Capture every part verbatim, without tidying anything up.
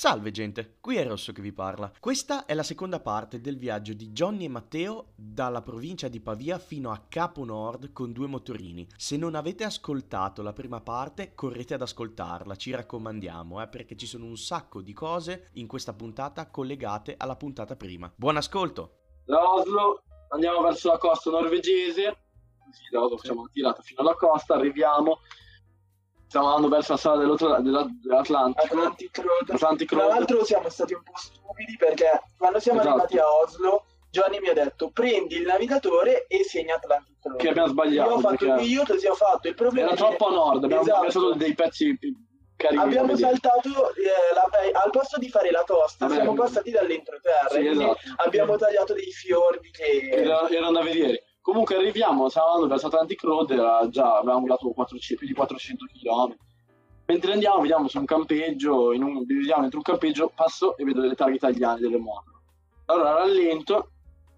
Salve gente, qui è Rosso che vi parla. Questa è la seconda parte del viaggio di Johnny e Matteo dalla provincia di Pavia fino a Capo Nord con due motorini. Se non avete ascoltato la prima parte, correte ad ascoltarla, ci raccomandiamo, eh, perché ci sono un sacco di cose in questa puntata collegate alla puntata prima. Buon ascolto! Da Oslo andiamo verso la costa norvegese, così da Oslo facciamo una tirata fino alla costa, arriviamo. Stiamo andando verso la strada dell'Atlantico. Atlantic Road. Atlantic Tra Road. l'altro siamo stati un po' stupidi perché quando siamo Esatto. arrivati a Oslo, Johnny mi ha detto prendi il navigatore e segna Atlantic Road. Che abbiamo sbagliato. Io ho fatto perché io, così ho fatto. Il problema era è che- troppo a nord, abbiamo Esatto. messo dei pezzi carini. Abbiamo da vedere. saltato, eh, la- al posto di fare la costa, Vabbè. siamo passati dall'entroterra. Sì, quindi esatto. abbiamo tagliato dei fiordi che... Era- erano da vedere. Comunque arriviamo, stiamo andando verso Atlantic Road, era già abbiamo guidato quattrocento, più di quattrocento chilometri. Mentre andiamo, vediamo su un campeggio, in un, vediamo dentro un campeggio, passo e vedo delle targhe italiane delle moto. Allora rallento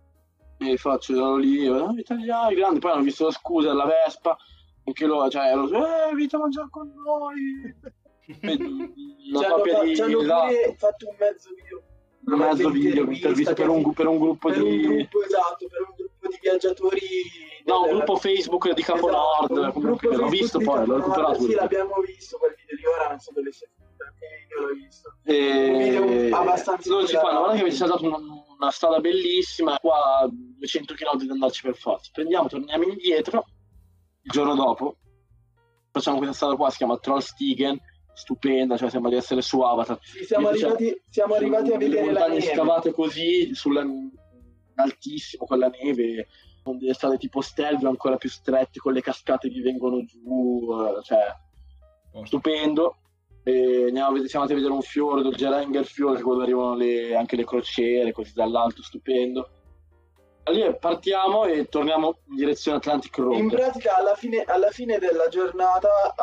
e faccio ero lì, oh, italiani, grandi, poi hanno visto la scusa della Vespa, anche loro, cioè, ero, eh, venite a mangiare con noi. E una Ci hanno, coppia fa- di ci hanno esatto, pure fatto un mezzo video. un mezzo video, un'intervista per un, per un gruppo per di... un gruppo, esatto, per un gruppo di viaggiatori. No, un del- gruppo Facebook di Capo Esatto, Nord, un comunque gruppo l'ho Facebook visto di poi, l'ho Capo Nord. recuperato. Sì, l'abbiamo visto quel video lì, ora non so dove sia finito, perché io l'ho visto. E... Un video abbastanza loro ci fanno, illegale. guarda che ci ha dato una, una strada bellissima, qua a duecento chilometri da andarci per forza. Prendiamo, torniamo indietro, il giorno dopo facciamo questa strada qua, si chiama Trollstigen, stupenda, cioè sembra di essere su Avatar. Sì, siamo Quindi, arrivati, siamo cioè, arrivati a delle vedere la montagne neve. scavate così, sulla, altissimo, con la neve, con delle strade tipo Stelvio ancora più strette, con le cascate che vengono giù, eh, cioè stupendo. E andiamo a vedere, siamo andati a vedere un fiordo, il Gerangerfjord, dove arrivano le, anche le crociere, così dall'alto, stupendo. Da lì partiamo e torniamo in direzione Atlantic Road. In pratica alla fine, alla fine della giornata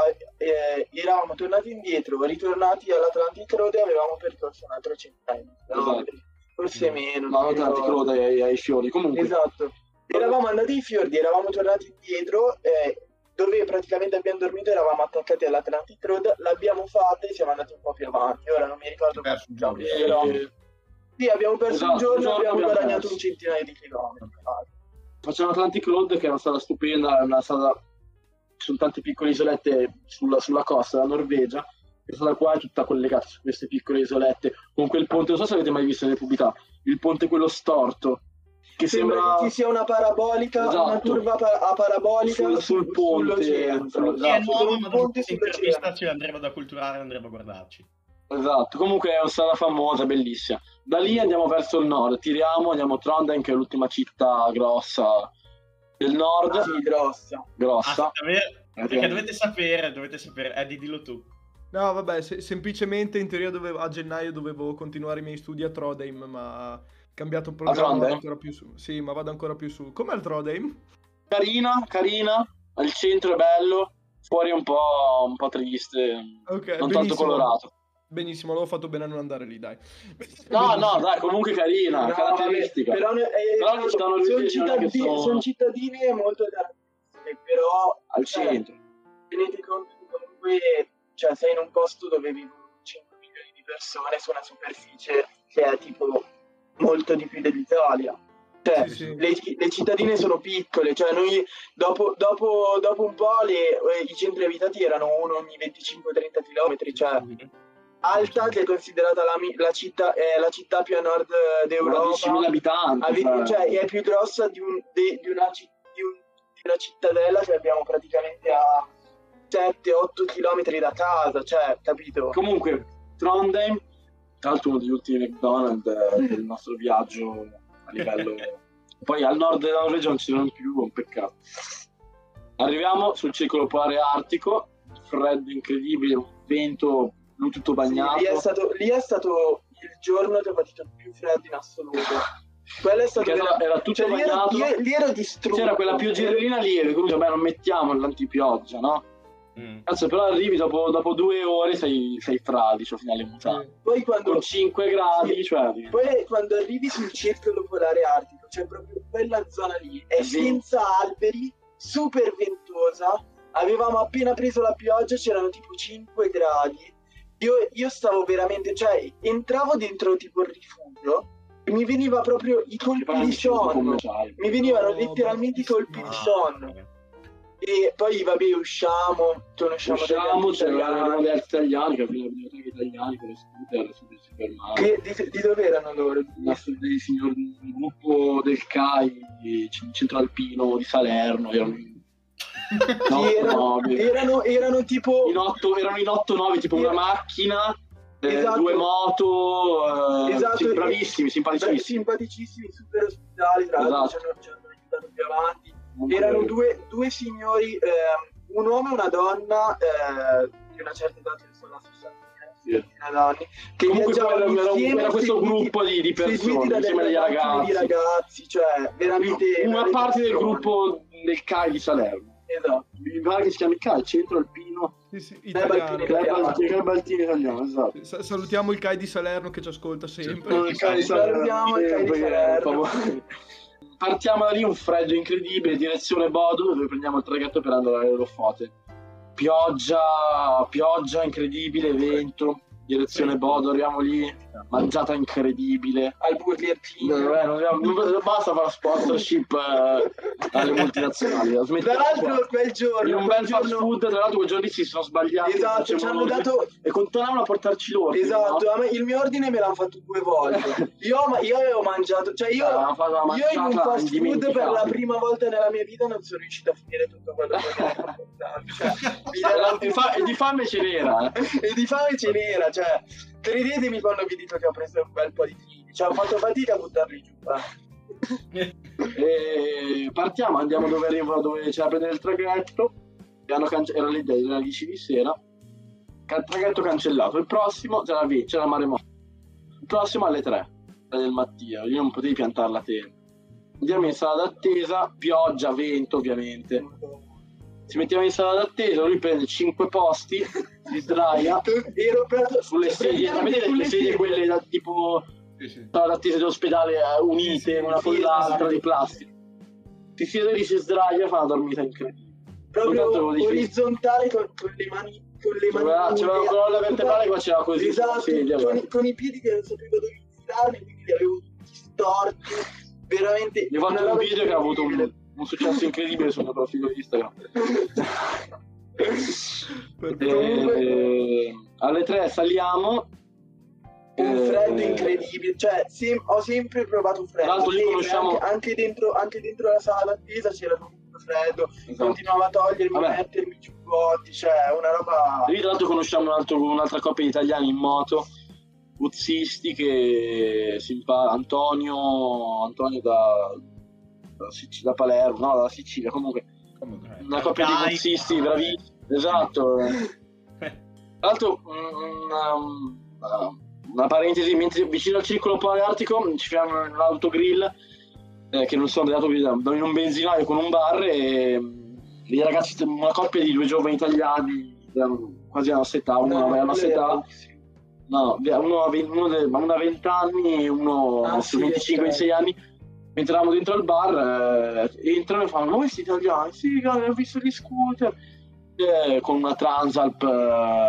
eh, eravamo tornati indietro, ritornati all'Atlantic Road e avevamo percorso un altro centinaio di chilometri, forse meno. No, non mi Atlantic ricordo. Road ai, ai fiori, comunque. Esatto. Eravamo andati ai fiordi, eravamo tornati indietro, eh, dove praticamente abbiamo dormito, eravamo attaccati all'Atlantic Road, l'abbiamo fatta e siamo andati un po' più avanti. Ora non mi ricordo Perso un quanto, giorno. però... E- Sì, abbiamo perso Esatto, un giorno un e giorno abbiamo abbiamo guadagnato perso. un centinaio di chilometri. Facciamo Atlantic Road, che è una strada stupenda, è una strada, ci sono tante piccole isolette sulla, sulla costa della Norvegia. Questa strada qua è tutta collegata su queste piccole isolette, con quel ponte, non so se avete mai visto nelle pubblicità, il ponte quello storto, che Sembra, sembra, che ci sia una parabolica, Esatto. una curva pa- a parabolica Sul- sul ponte, sull'oceano. sul- Sì, è esatto, nuovo, un ma dopo ponte questa intervista sull'oceano. ci andremo da culturare, andremo a guardarci. esatto, comunque è una strada famosa, bellissima. Da lì andiamo verso il nord, tiriamo, andiamo a Trondheim, che è l'ultima città grossa del nord, Sì, grossa. grossa. Ah, davvero? Eh, Perché dovete sapere, dovete sapere, Eddie, dillo tu. No, vabbè, se- semplicemente in teoria dovevo, a gennaio dovevo continuare i miei studi a Trondheim, ma cambiato il programma, vado Trondheim? ancora più su. Sì, ma vado ancora più su. Com'è il Trondheim? Carina, carina, al centro è bello, fuori è un po', un po' triste, Ok, non tanto benissimo. colorato. Benissimo, l'avevo fatto bene a non andare lì, dai. No, no, dai, comunque carina, No, caratteristica. vabbè, però, eh, Però no, ci stanno sono, norvegesi cittadini, che sono- sono cittadine molto caratteristiche, però Al cioè, centro. tenete conto che comunque cioè, sei in un posto dove vivono cinque milioni di persone su una superficie che è tipo molto di più dell'Italia. Cioè, Sì, sì. Le, le cittadine sono piccole, cioè noi dopo, dopo, dopo un po' le, eh, i centri abitati erano uno ogni venticinque trenta chilometri, cioè Alta, che è considerata la, mi- la città, è la città più a nord d'Europa, diecimila abitanti. Ave- cioè. cioè è più grossa di, un, de- di, una, ci- di, un- di una cittadella che abbiamo praticamente a sette otto chilometri da casa, cioè, capito? Comunque, Trondheim, tra l'altro uno degli ultimi McDonald's eh, del nostro viaggio a livello... Poi al nord della Norvegia non ci sono più, è un peccato. Arriviamo sul circolo polare artico, freddo incredibile, un vento, lui tutto Sì, bagnato. lì, è stato, lì è stato il giorno che ho patito il più freddo in assoluto. Quello è stato Perché vera- era tutto cioè, lì ero, bagnato. lì, lì ero distrutto. C'era quella pioggerellina lieve, quindi vabbè non mettiamo l'antipioggia, no? Mm. Cazzo, però arrivi dopo, dopo due ore sei, sei fradicio fino alle mutande. Poi quando, Con cinque gradi, Sì. cioè... poi quando arrivi sul circolo polare artico, cioè proprio quella zona lì, è È senza alberi, super ventosa, avevamo appena preso la pioggia, c'erano tipo cinque gradi, io, io stavo veramente, cioè entravo dentro tipo il rifugio e mi veniva proprio i colpi di sonno, mi venivano Oh, letteralmente i colpi di bellissimo. sonno. E poi vabbè usciamo, conosciamo degli Usciamo, altri c'erano italiani. degli altri italiani che alla fine la biblioteca italiani con le scooter sul supermarket. Che, di, di dove erano loro? Dei signori del gruppo del C A I centro alpino di Salerno erano in, no, Sì, erano, nove. erano, erano tipo In otto, erano in otto nove, tipo una Era- macchina, eh, Esatto. due moto, eh, Esatto, sì, e- bravissimi, beh, simpaticissimi. simpaticissimi, super ospitali, tra l'altro Esatto. ci hanno, ci hanno aiutato più avanti. Comunque, Erano due, due signori, ehm, un uomo e una donna eh, di una certa età, che sono la sessantina, Sì. sessantina d'anni, che Comunque viaggiavano era- era- insieme, era questo seguiti- gruppo di- di persone, seguiti da insieme delle agli macchine di ragazzi. ragazzi, cioè veramente una veramente parte del persone. gruppo del C A I di Salerno. Esatto. Mi pare che si chiami C A I, Centro Alpino. Sì, sì, Baltini italiano. italiano. Garibaltini italiano, esatto. Sa- salutiamo il C A I di Salerno che ci ascolta sempre. Il C A I di Salutiamo il C A I di perché- Salerno. Partiamo da lì, un freddo incredibile, direzione Bodo, dove prendiamo il traghetto per andare alle Lofote. Pioggia, pioggia incredibile, vento, direzione Bodo, arriviamo lì, mangiata incredibile. Al Burger King. No, eh, non, abbiamo- non basta fare sponsorship eh, alle multinazionali. la Tra smettiamo l'altro qua. quel giorno, In un quel bel fast giorno- food, tra l'altro quei giorni si sono sbagliati. Esatto, ci facevano- hanno dato- e continuavano a portarci loro. Esatto, a me- il mio ordine me l'hanno fatto due volte. Io, ma io avevo mangiato, cioè io, Avevamo fatto una io in un mangiata fast food per la indimenticabile. prima volta nella mia vita non sono riuscito a finire tutto quello che mi hanno portato. Cioè, mi E di fa- e di fame ce n'era. eh. e di fame ce n'era, cioè, credetemi quando vi dico che ho preso un bel po' di chili, cioè ho fatto fatica a buttarli giù. eh. E partiamo, andiamo dove arrivo, dove c'è da prendere il traghetto. E hanno cance- era le alle dieci di sera. Ca- traghetto cancellato. Il prossimo c'era, via, c'era maremoto. Il prossimo alle tre del mattino. Io non potevi piantare la tenda. Andiamo in sala d'attesa, pioggia, vento ovviamente. Ci mettiamo in sala d'attesa, lui prende cinque posti, si sdraia Ero proprio sulle sedie, ma vedete le sedie quelle da tipo Sì, sì. sala d'attesa dell'ospedale eh, unite una con sì, l'altra sì. di plastica. Si siede lì, si sdraia e fa una dormita incredibile. proprio Intanto lo dici- orizzontale con, con le mani con le mani C'era- c'era una colonna vertebrale, qua c'era così sulla esatto, sedia, con, guarda. con i piedi che non sapevo dove iniziarli, quindi li avevo tutti storti, veramente Gli ho fatto una un roba video che ha avuto un, incredibile. un successo incredibile sul mio profilo di Instagram. E, alle tre saliamo. Un freddo Eh, incredibile, cioè sem- ho sempre provato freddo. Tra l'altro lì sempre, conosciamo- anche, anche dentro, anche dentro la sala d'attesa c'era comunque freddo, Esatto. continuava a togliermi, Vabbè. mettermi i giubbotti, cioè una roba. Lì tra l'altro conosciamo un altro- un'altra coppia di italiani in moto, uzzisti, che si impa- Antonio, Antonio da, da, Sic- da Palermo, no, dalla Sicilia, comunque Comunque. una coppia di Dai, uzzisti bravissimi, esatto. Tra l'altro una, una, una parentesi, mentre vicino al circolo paleartico ci fermiamo in un autogrill eh, che non sono andato in un benzinaio con un bar e i ragazzi, una coppia di due giovani italiani erano quasi alla nostra età, uno aveva la nostra età, no, uno aveva uno de- uno aveva venti anni e uno Ah, su sì, venticinque ventisei anni. Mentre eravamo dentro al bar, eh, entrano e fanno: ma voi siete italiani? Sì, guarda, ho visto gli scooter. Eh, con una Transalp, eh,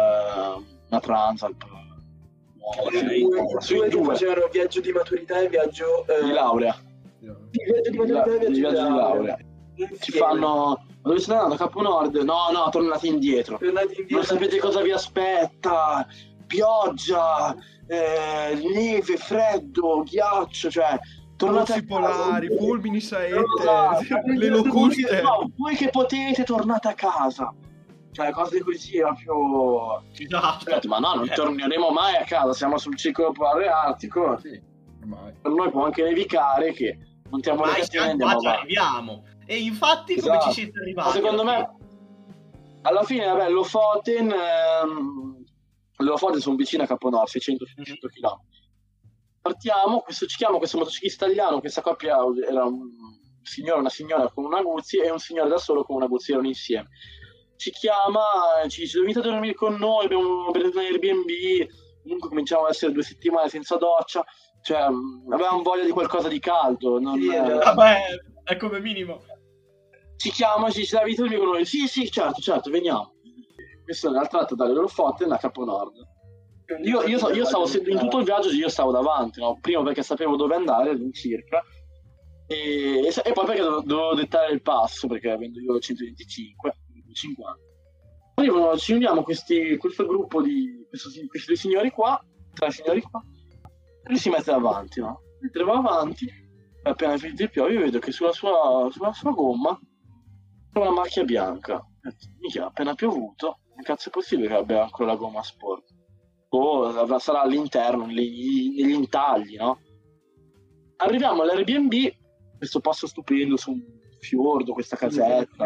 una Transalp nuova, Due, sì, due, sui che due facevano viaggio di maturità e viaggio eh, di laurea, sì, viaggio di di, maturità e di viaggio viaggio di laurea. Ci Insieme. fanno: ma dove state andando? Capo Nord? No, no, tornate indietro. Tornati indietro. Non sapete cosa vi aspetta, pioggia, eh, neve, freddo, ghiaccio, cioè tornate Orsi a casa. polari, fulmini saette, Esatto. le locuste. No, voi che potete tornate a casa, cioè cose così proprio. Esatto. Ma no, non torneremo mai a casa, siamo sul circolo polare artico, Sì, ormai. per noi può anche nevicare, che montiamo le Ormai catene e siamo andiamo qua, ci avanti. arriviamo. E infatti come Esatto. ci siete arrivati? Ma secondo me alla fine, vabbè, Lofoten ehm, le Lofoten sono vicine a Caponor, seicento chilometri. Partiamo, questo, ci chiama questo motociclista italiano, questa coppia era un signore, una signora con una Guzzi e un signore da solo con una Guzzi, erano insieme. Ci chiama, ci dice: venite a dormire con noi, abbiamo preso un Airbnb, comunque cominciamo ad essere due settimane senza doccia, cioè mh, avevamo voglia di qualcosa di caldo. Non, Sì, eh, esatto. Vabbè, è come minimo. ci chiama, ci dice: venite a dormire con noi. Sì, sì, certo, certo, veniamo. Questo è al tratto dalle Lofoten a Caponord. Io, io, so- io stavo se- in tutto il viaggio io stavo davanti, no? Prima perché sapevo dove andare all'incirca e, e, se- e poi perché dovevo, dovevo dettare il passo perché avendo io centoventicinque, cinquanta. Arrivano, ci uniamo questi, questo gruppo di questo, questi due signori qua, tre signori qua, e lui si mette davanti, no? Mentre va avanti, e appena finito il piove, io vedo che sulla sua, sulla sua gomma c'è una macchia bianca. Ho detto, minchia, appena piovuto, che cazzo è possibile che abbia ancora la gomma sporca? O sarà all'interno, negli, negli intagli, no? Arriviamo all'Airbnb, questo posto stupendo su un fiordo, questa casetta.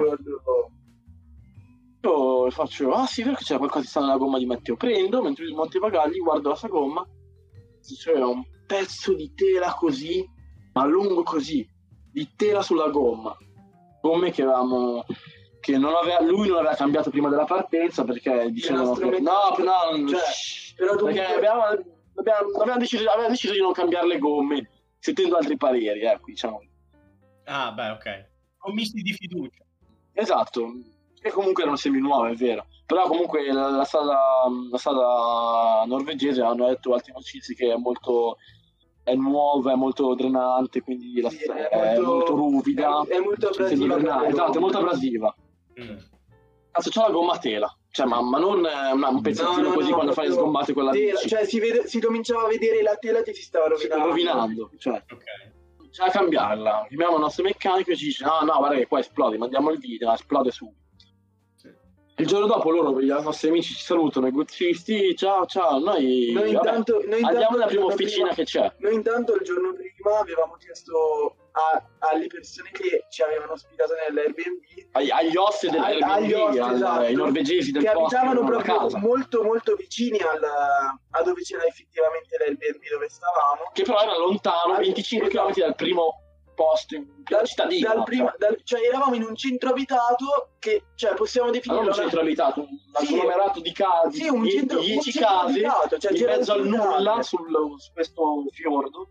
Io faccio, ah sì, vero che c'era qualcosa che sta nella gomma di Matteo. Prendo, mentre lui smonta i bagagli, guardo la sua gomma, c'era un pezzo di tela così, ma lungo così, di tela sulla gomma. Gomme che avevamo... che non aveva, lui non aveva cambiato prima della partenza perché dicevano che no, no, cioè, però tu perché abbiamo, abbiamo, abbiamo, deciso, abbiamo deciso di non cambiare le gomme sentendo altri pareri, eh, qui, diciamo. Ah, beh, ok. Commessi di fiducia. Esatto, e comunque erano seminuove, è vero, però comunque la, la strada la strada norvegese hanno detto altri notizi che è molto è nuova, è molto drenante, quindi la Sì, strada è è, molto- molto ruvida, è- è molto abrasiva. esatto, è molto abrasiva. Mm. Cazzo, c'è la gomma a tela, cioè, ma, ma non eh, una- un pezzettino No, no, così no, quando fai le proprio sgommate con la tela, bici. cioè si, vede, si cominciava a vedere la tela che si stava Si sta rovinando. rovinando, cioè, Ok. c'è da cambiarla. Chiamiamo il nostro meccanico e ci dice: no, no, guarda che qua esplode, mandiamo il video, esplode subito. Sì. Il giorno dopo loro, i nostri amici ci salutano, i guzzisti, ciao, ciao, noi, Noi vabbè, intanto, noi intanto andiamo nella il prima giorno officina prima- che c'è. Noi intanto il giorno prima avevamo chiesto a- alle persone che ci avevano ospitato nell'Airbnb, Agli, agli host Agli- dell'Airbnb, agli host, al- esatto, ai norvegesi del che posto, abitavano avevano la proprio casa. molto molto vicini al, a dove c'era effettivamente l'Airbnb dove stavamo. Che però era lontano, Ah, venticinque esatto. chilometri dal primo posto in dalla Dal, cittadina. dal prima- cioè. dal- cioè eravamo in un centro abitato che, cioè, possiamo Ma non definirlo un centro abitato, un Sì. agglomerato di case, Sì, un die- centro- un dieci centro case abitato, cioè in c'era mezzo al un nulla case. sul, su questo fiordo,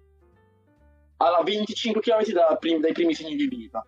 a venticinque chilometri da prim- dai primi segni di vita,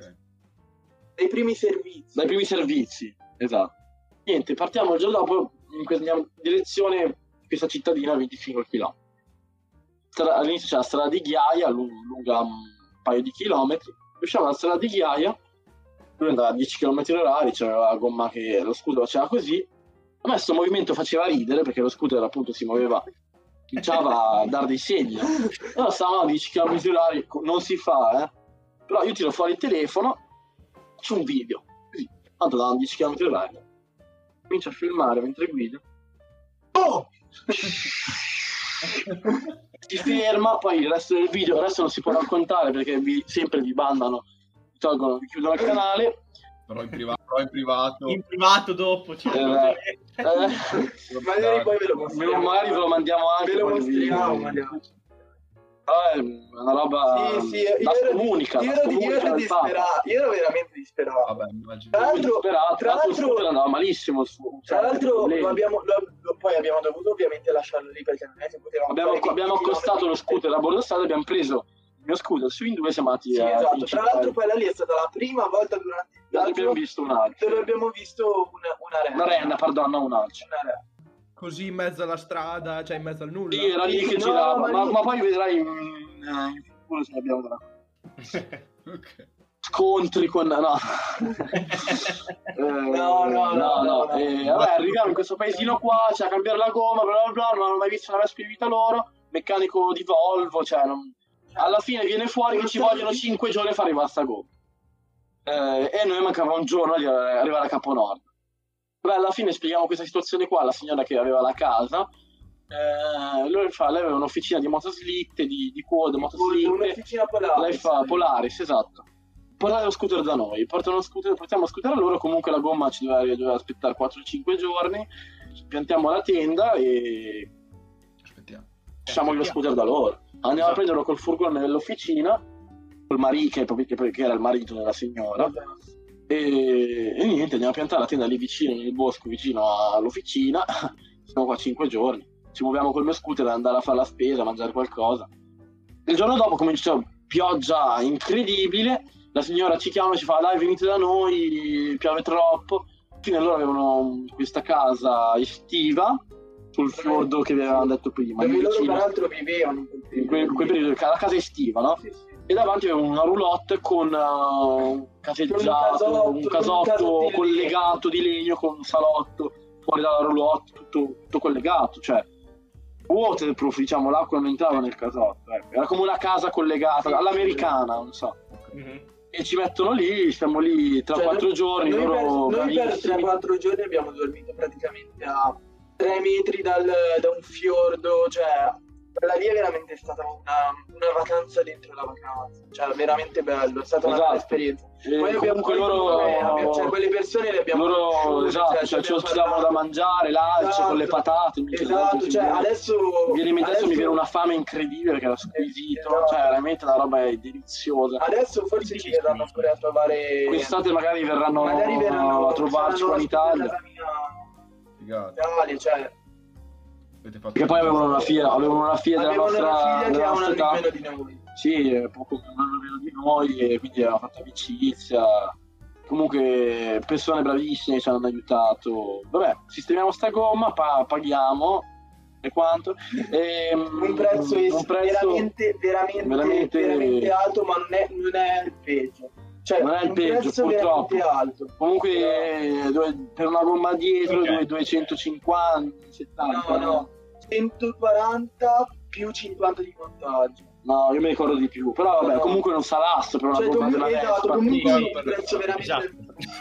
dei primi servizi. dai primi servizi, esatto. Niente, partiamo il giorno dopo, in questa andiamo in direzione di questa cittadina a venticinque chilometri. Stra- all'inizio c'è la strada di ghiaia, lu- lunga un paio di chilometri. Usciamo dalla strada di ghiaia, lui andava a dieci chilometri orari, c'era la gomma che lo scooter faceva così. A me questo movimento faceva ridere perché lo scooter appunto si muoveva, cominciava a dare dei segni. No? Allora stavamo a dieci chilometri orari, non si fa, eh. Però io tiro fuori il telefono, c'è un video, così, tanto da dieci chilometri orari. Comincio a filmare mentre guido. Oh! Si ferma, poi il resto del video, il resto non si può raccontare perché vi, sempre vi bandano, vi tolgono, vi chiudono il canale. Però in privato, però in privato. In privato dopo ci Eh, eh, Magari poi ve lo me mostriamo. lo- magari ve lo mandiamo anche. Ve lo poi vi- mostriamo, magari. Ah, è una roba Sì, sì, io da ero, scomunica, io da ero, io scomunica ero del Papa. disperato, io ero veramente disperato. Vabbè, immagino. Tra l'altro, Disperato, tra l'altro il l'altro, scooter andava malissimo il suo, tra l'altro problemi. lo abbiamo, lo- lo- poi abbiamo dovuto ovviamente lasciarlo lì perché non è che potevamo abbiamo, fare abbiamo venti accostato lo chilometri. scooter a bordo strada, abbiamo preso il mio scooter su in due, siamo andati Sì, a esatto. in Tra città. l'altro poi là lì è stata la prima volta durante il Dove viaggio abbiamo visto un alce, dove abbiamo visto una, una renna. una renna, perdono, non un alce. Una renna. Così in mezzo alla strada, cioè in mezzo al nulla. Sì, era lì che No, girava, ma ma, lì- ma poi vedrai in, in futuro se ne abbiamo da Ok. scontri con no Eh, No, no, no, no, no, eh, no. vabbè, arriviamo in questo paesino qua, c'è a cambiare la gomma, bla bla bla, non hanno mai visto una Vespa in vita loro, meccanico di Volvo, cioè non- alla fine viene fuori che ci vogliono cinque giorni a fare basta gomma, eh, e a noi mancava un giorno di arrivare a Caponord. Beh, alla fine spieghiamo questa situazione qua alla signora che aveva la casa. Eh, lui fa, lei aveva un'officina di motoslitte, di, di quad, motoslitte. Un'officina Polaris. Lei fa Polaris, esatto. Portare lo scooter da noi, portano lo scooter, portiamo lo scooter a loro, comunque la gomma ci doveva, doveva aspettare quattro cinque giorni, piantiamo la tenda e Aspettiamo. lasciamo lo scooter da loro. Andiamo Esatto. a prenderlo col furgone nell'officina, col marito, che, che, che era il marito della signora, e, e niente, andiamo a piantare la tenda lì vicino, nel bosco, vicino all'officina, siamo qua cinque giorni, ci muoviamo col mio scooter ad andare a fare la spesa, a mangiare qualcosa. Il giorno dopo comincia pioggia incredibile, la signora ci chiama e ci fa dai venite da noi, piove troppo. Fino allora avevano questa casa estiva sul fiordo che vi avevamo detto prima. Dove lì loro vicino. peraltro vivevano in quel In periodo. quel, quel periodo, la casa estiva, no? Sì, sì. E davanti aveva una roulotte con uh, un caseggiato, casotto, un con casotto un casotto di collegato di legno con un salotto fuori dalla roulotte, tutto, tutto collegato, cioè waterproof, diciamo, l'acqua non entrava nel casotto, ecco. Era come una casa collegata Sì, all'americana, non so. Mhm. E ci mettono lì, stiamo lì tre quattro Cioè, giorni, noi, loro per, noi per bravissimi. tre quattro giorni abbiamo dormito praticamente a tre metri dal, da un fiordo, cioè quella lì è veramente stata una, una vacanza dentro la vacanza, cioè veramente bello, è stata una Esatto. bella esperienza. E Poi abbiamo comunque poi loro, comunque abbiamo- cioè, quelle persone le abbiamo loro conosciute, esatto, cioè, cioè, ci ci abbiamo ospitavano da parlato. mangiare, l'alce Esatto. con le patate, minchia, Esatto, mi cioè viene- adesso mi viene in mente, adesso mi adesso- viene una fame incredibile perché era squisito, Esatto. cioè veramente la roba è deliziosa. adesso forse ci verranno pure a trovare, Quest'estate magari verranno, magari verranno a trovarci qua in saranno ospiti a Italia. casa mia Figata. in Italia, cioè Avete fatto Perché poi avevano una figlia, avevano una figlia della avevano nostra, una figlia che della ha un nostra anno in età. meno di noi. Sì, è poco un anno meno di noi e quindi abbiamo fatto amicizia. Comunque persone bravissime ci hanno aiutato. Vabbè, sistemiamo sta gomma, pa- paghiamo e quanto. E, Un prezzo, es- un prezzo veramente, veramente, veramente- veramente alto, ma non è, non è il peggio. Cioè, Non è il un peggio, prezzo purtroppo. veramente alto. Comunque eh, dove- per una gomma dietro Ok. due- duecentocinquanta, settanta. No, no, centoquaranta più cinquanta di vantaggio. No, io mi ricordo di più. Però vabbè, No. comunque non salasso per una Cioè, gomma comunque, della esatto, Vespa. comunque Sì, un sì, prezzo veramente...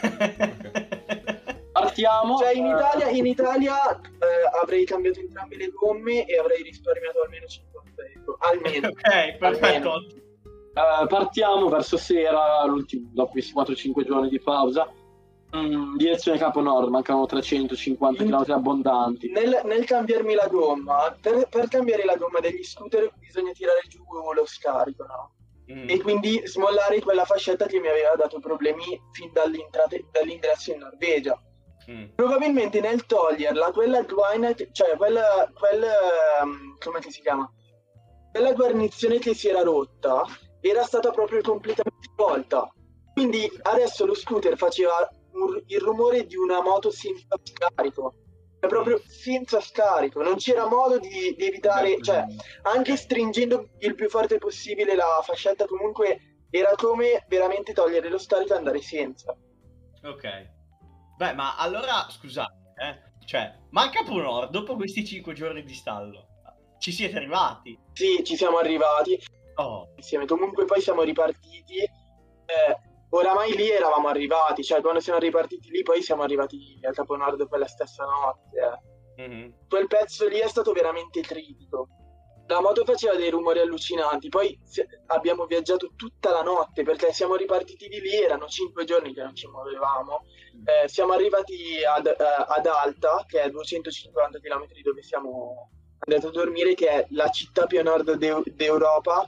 Esatto. Partiamo. Cioè, in eh, Italia, in Italia eh, avrei cambiato entrambe le gomme e avrei risparmiato almeno cinquanta euro. Almeno. Ok, perfetto. Eh, partiamo verso sera, l'ultimo- dopo questi quattro cinque giorni di pausa, mm, direzione Capo Nord, mancano trecentocinquanta In- chilometri abbondanti. Nel, nel cambiarmi la gomma, per, per cambiare la gomma degli scooter bisogna tirare giù lo scarico, no? Mm. E quindi smollare quella fascetta che mi aveva dato problemi fin dall'entrata- dall'ingresso in Norvegia. Mm. Probabilmente nel toglierla, quella guaina, che- cioè quella, quella um, come che si chiama? Quella guarnizione che si era rotta era stata proprio completamente tolta. Quindi adesso lo scooter faceva un- il rumore di una moto senza scarico. È proprio senza scarico, non c'era modo di, di evitare, cioè anche stringendo il più forte possibile la fascetta comunque era come veramente togliere lo scarico e andare senza. Ok. Beh, ma allora, scusate, eh. Cioè, manca Capo Nord, dopo questi cinque giorni di stallo, ci siete arrivati? Sì, ci siamo arrivati Oh. insieme, comunque poi siamo ripartiti, eh, oramai lì eravamo arrivati, cioè quando siamo ripartiti lì poi siamo arrivati a Capo Nord quella stessa notte. eh. Mhm. Quel pezzo lì è stato veramente critico. La moto faceva dei rumori allucinanti, poi se- abbiamo viaggiato tutta la notte perché siamo ripartiti di lì, erano cinque giorni che non ci muovevamo. Eh, siamo arrivati ad, eh, ad Alta, che è a duecentocinquanta chilometri dove siamo andati a dormire, che è la città più a nord d'Eu- d'Europa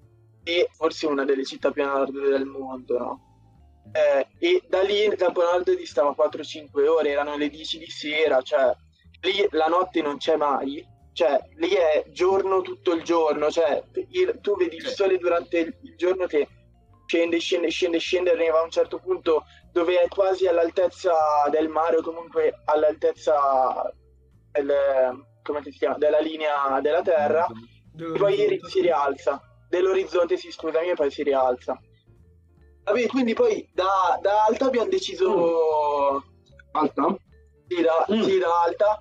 e forse una delle città più a nord del mondo, no? Eh, e da lì Capo Nord distava quattro cinque ore, erano le dieci di sera, cioè lì la notte non c'è mai, cioè lì è giorno tutto il giorno, cioè il- tu vedi il sole durante il, il giorno che scende, scende, scende, scende, arriva a un certo punto dove è quasi all'altezza del mare o comunque all'altezza del, come si chiama, della linea della terra, e poi ri- si rialza, dell'orizzonte si scusami, e poi si rialza. Vabbè, quindi poi da, da Alta abbiamo deciso... Alta? Sì, da, Mm. sì, da Alta.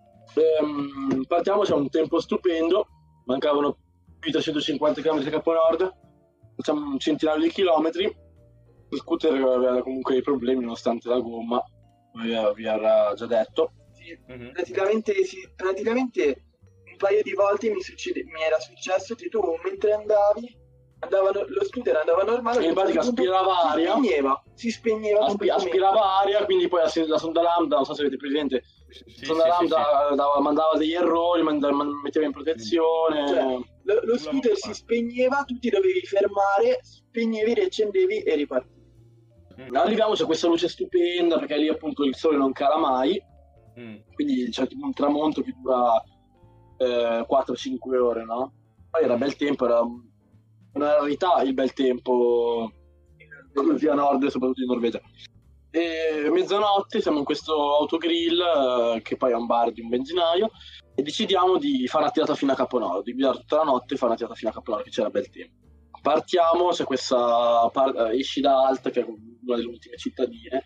Ehm, partiamo, c'è un tempo stupendo, mancavano più di trecentocinquanta chilometri a Capo Nord, facciamo un centinaio di chilometri, lo scooter aveva comunque dei problemi nonostante la gomma, come vi- vi era già detto. Sì, Mhm. praticamente, sì, praticamente un paio di volte mi, succede, mi era successo che tu mentre andavi, andavano, lo scooter andava normale, In pratica a un certo punto aspirava aria. Si spegneva, si spegneva Aspi- completamente. aspirava aria, quindi poi la, la sonda lambda, non so se avete presente, Sì, la sì, sonda sì, lambda dava- mandava degli errori, manda- man- metteva in protezione. Cioè, lo, lo scooter si spegneva, tu ti dovevi fermare, spegnevi, riaccendevi e ripartivi. sì. Mm. Arriviamo, c'è questa luce stupenda perché lì appunto il sole non cala mai, Mm. quindi c'è tipo un tramonto che dura eh, quattro cinque ore, no? Poi era bel tempo, era una rarità il bel tempo così a nord, soprattutto in Norvegia. E mezzanotte siamo in questo autogrill, eh, che poi è un bar di un benzinaio, e decidiamo di fare una tirata fino a Caponoro, di guidare tutta la notte e fare una tirata fino a Caponoro, che c'era bel tempo. Partiamo, c'è questa par- eh, esci da Alta, che è una delle ultime cittadine,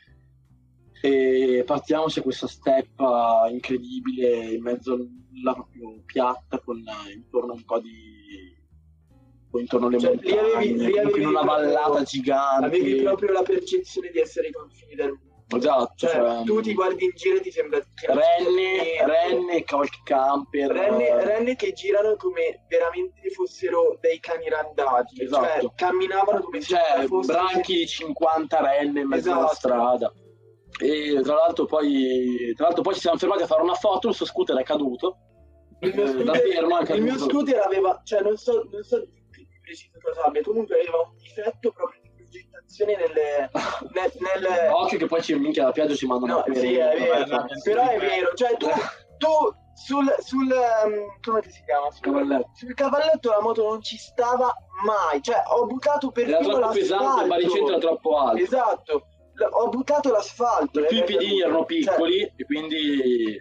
e partiamo, c'è questa steppa incredibile in mezzo alla proprio piatta, con eh, intorno un po' di poi intorno alle Cioè, lì montagne, avevi- lì comunque in avevi una proprio- vallata gigante. Avevi proprio la percezione di essere ai confini del mondo. Esatto, Cioè, cioè, tu ti guardi in giro e ti sembra che non Rennie, sia niente. Rennie, qualche camper. Rennie, Rennie che girano come veramente fossero dei cani randaggi, Esatto. cioè camminavano come se Cioè, fossero branchi di cinquanta renne in mezzo alla Esatto. strada. E tra l'altro poi tra l'altro poi ci siamo fermati a fare una foto, il suo scooter è caduto. Il mio Eh, scooter, da fermo è il mio caduto. scooter aveva, cioè non so, non so di preciso cosa abbia, comunque aveva un difetto proprio di progettazione nelle, nel, nel, Occhio che poi ci minchia la pioggia ci mandano no, a sì, è vero, Guarda, però è vero, cioè tu, tu sul, sul um, come si chiama? Sul Cavalletto. sul cavalletto la moto non ci stava mai, cioè ho buttato Era perfino troppo pesante, il baricentro era l'asfalto. troppo alto. Esatto, L- ho buttato l'asfalto. Più i ed è piedini caduto. erano Cioè, piccoli e quindi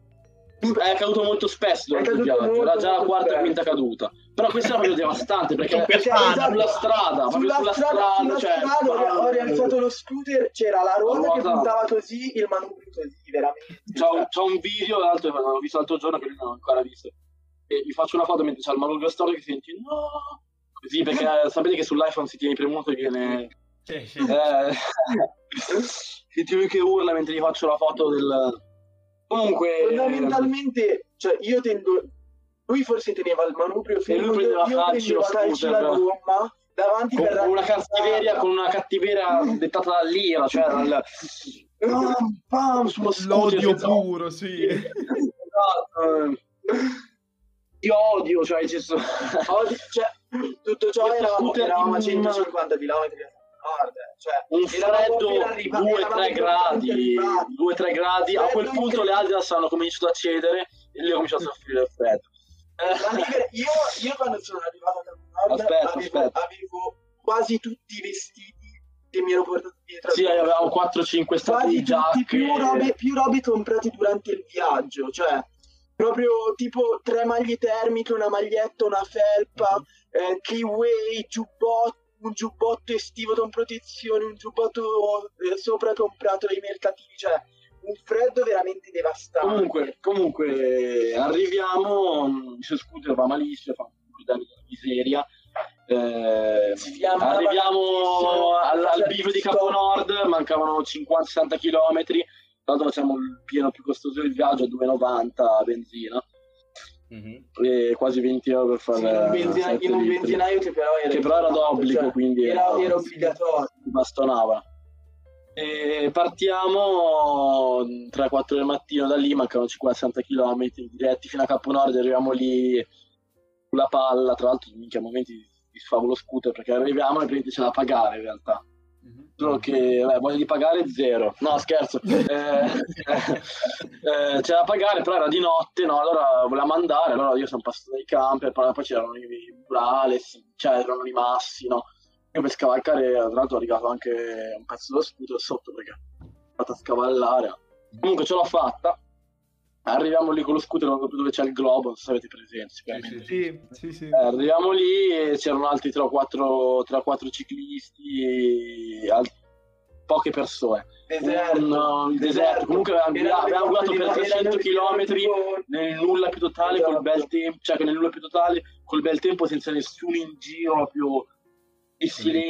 è caduto molto spesso durante È il caduto viaggio, era molto, già la molto quarta o spesso. quinta caduta. Però questa era proprio devastante perché Per Perché, strada, esatto, sulla strada, proprio sulla sulla strada, strada, sulla cioè, strada ho, bam. ho rialzato lo scooter, c'era la ruota La che ruota. puntava così, il manubrio così, veramente. C'ho, Cioè, c'ho un video, tra l'altro l'ho visto l'altro giorno che lui non l'ho ancora visto. E gli faccio una foto mentre c'ha il manubrio storico che senti no! Così perché sapete che sull'iPhone si tiene premuto e viene. Sì, sì. Eh, senti lui che urla mentre gli faccio la foto del. Comunque. fondamentalmente, cioè io tendo, lui forse teneva il manubrio fermo, lui io, prendeva io calci prendevo lo calci scooter. la gomma davanti Con per una rallentare. cattiveria, con una cattiveria dettata dall'ira, cioè dal. Pam, pam, sullo scooter, L'odio senza- puro, sì. Esatto. Io odio, cioè, ci sono. Oggi, cioè, tutto ciò Questo eravamo, scooter eravamo a in- centocinquanta chilometri da nord, cioè, Un eravamo freddo appena arrivati, due eravamo tre gradi, arrivati. due tre gradi. A quel Freddo punto le Adidas hanno cominciato a cedere e lì ho cominciato a soffrire il freddo. Ma lì- io, io quando sono arrivato a Caponord Aspetta, avevo, aspetta. avevo quasi tutti i vestiti che mi ero portato dietro. Sì, avevamo quattro cinque stati quasi di giacche. tutti, più robe, più robe comprate durante il viaggio, cioè proprio tipo tre maglie termiche, una maglietta, una felpa, eh, keyway, giubbotto, un giubbotto estivo con protezione, un giubbotto eh, sopra comprato dai mercatini, cioè un freddo veramente devastante. Comunque, comunque arriviamo, il suo scooter va malissimo, fa un guidare della miseria. Eh, Sfiammava arriviamo tantissimo. al, al bivio di Caponord, mancavano cinquanta sessanta chilometri. Tra l'altro facciamo il pieno più costoso del viaggio a due e novanta benzina Mhm. e quasi venti euro per fare Sì, in un, benzina- sette in un litri. benzinaio che però era, Che però era d'obbligo, cioè, quindi era, era- era obbligatorio. bastonava. E partiamo tre quattro del mattino da lì, mancano cinquanta sessanta chilometri diretti fino a Caponord, arriviamo lì sulla palla, tra l'altro minchia a momenti di sfavo lo scooter perché arriviamo e praticamente c'è da pagare in realtà. Solo che beh, voglia di pagare zero, no scherzo, eh, eh, c'era da pagare però era di notte, no? Allora volevamo andare, allora io sono passato dai camper, poi poi c'erano i murales, cioè erano i massi, no? Io per scavalcare, tra l'altro ho arrivato anche un pezzo dello scooter sotto perché ho fatto a scavallare, comunque ce l'ho fatta. Arriviamo lì con lo scooter dove c'è il globo, non so se avete presente sicuramente. Sì, sì, sì. Eh, arriviamo lì e c'erano altri tre o quattro ciclisti, al- poche persone. Deserto, Un, uh, il deserto. Comunque abbiamo, abbiamo guidato per trecento chilometri nel nulla più totale, col bel tempo, cioè che nel nulla più totale, col bel tempo senza nessuno in giro, proprio il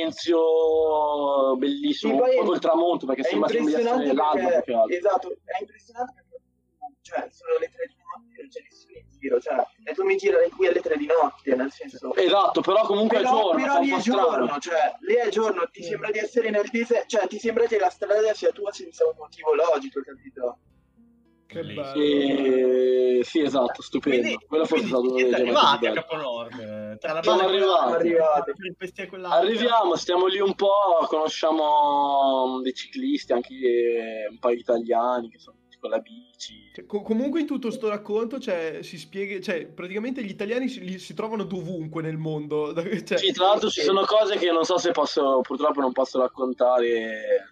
silenzio bellissimo, Sì, poi un po' il tramonto perché è sembra di essere impressionante l'alba più che perché, altro. esatto, è impressionante perché cioè sono le tre di notte, non c'è nessuno in giro, cioè e tu mi girai qui alle tre di notte, nel senso Esatto, però comunque è però, giorno, però fa un lì po' è strano. giorno, cioè lì è giorno, ti sembra di essere nel deserto, cioè ti sembra che la strada sia tua senza un motivo logico, capito? Che Bellissimo. bello. E... sì, esatto, stupendo. Quindi, Quello forse è quindi stato uno siete dei giorni più arrivati a belli. Caponord, eh, tra la Siamo balla e quella- arrivati. Arrivati. peripezia e quell'altra. Arriviamo, stiamo lì un po', conosciamo dei ciclisti, anche eh, un paio di italiani che sono tutti con la bici. Cioè, co- comunque in tutto sto racconto, cioè, si spiega, cioè, praticamente gli italiani si, li- si trovano dovunque nel mondo. Cioè, Sì, tra l'altro ci sono cose che non so se posso, purtroppo non posso raccontare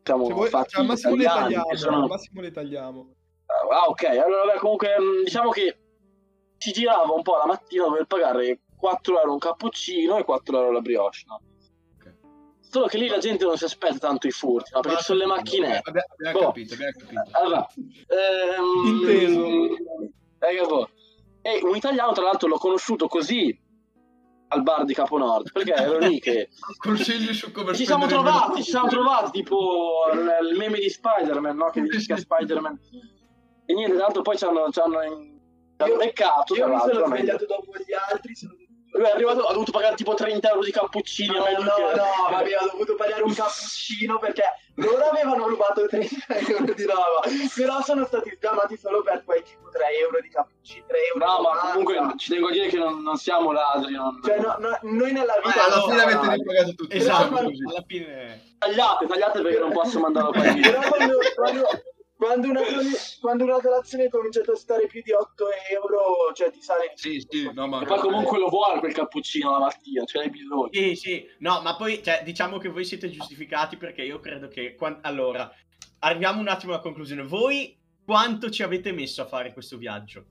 siamo Se vuoi, fatti cioè, al massimo le italiani, tagliamo, che sono- al massimo le tagliamo. Ah, ok, allora vabbè, comunque mh, diciamo che ci girava un po' la mattina dover pagare quattro euro un cappuccino e quattro euro la brioche, no? Ok. Solo che lì la gente non si aspetta tanto i furti, no? Perché ci sono le macchinette. Abbiamo, abbiamo Boh. capito, abbiamo capito. Allora, ehm, Inteso. eh, capo. E un italiano, tra l'altro, l'ho conosciuto così al bar di Caponord, perché ero lì che Consigli su come ci siamo spendere trovati, meno. ci siamo trovati tipo il, il meme di Spider-Man, no? Che dice che Spider-Man. E niente, tra l'altro poi ci hanno, ci hanno, in- ci hanno Io- beccato. Io tra mi sono l'altro, svegliato dopo gli altri, sono Lui è arrivato, ha dovuto pagare tipo trenta euro di cappuccini. No, a me lui no, che- no, ma aveva dovuto pagare un cappuccino perché loro avevano rubato trenta euro di roba, però sono stati sgamati solo per quei tipo tre euro di cappuccino, tre euro. No, e ma novanta. comunque ci tengo a dire che non, non siamo ladri. Non... Cioè, no, no, noi nella Eh, vita... alla no, fine avete no, ripagato tutti. Esatto, diciamo così. alla fine... Tagliate, tagliate perché non posso mandarlo poi via. Però quando, quando, quando, una, quando una colazione comincia a costare più di otto euro, cioè ti sale... Sì, sì, no, ma... E poi comunque lo vuole quel cappuccino la mattina, ce l'hai bisogno. Sì, sì, no, ma poi, cioè, diciamo che voi siete giustificati perché io credo che... quan- Allora, arriviamo un attimo alla conclusione. Voi quanto ci avete messo a fare questo viaggio?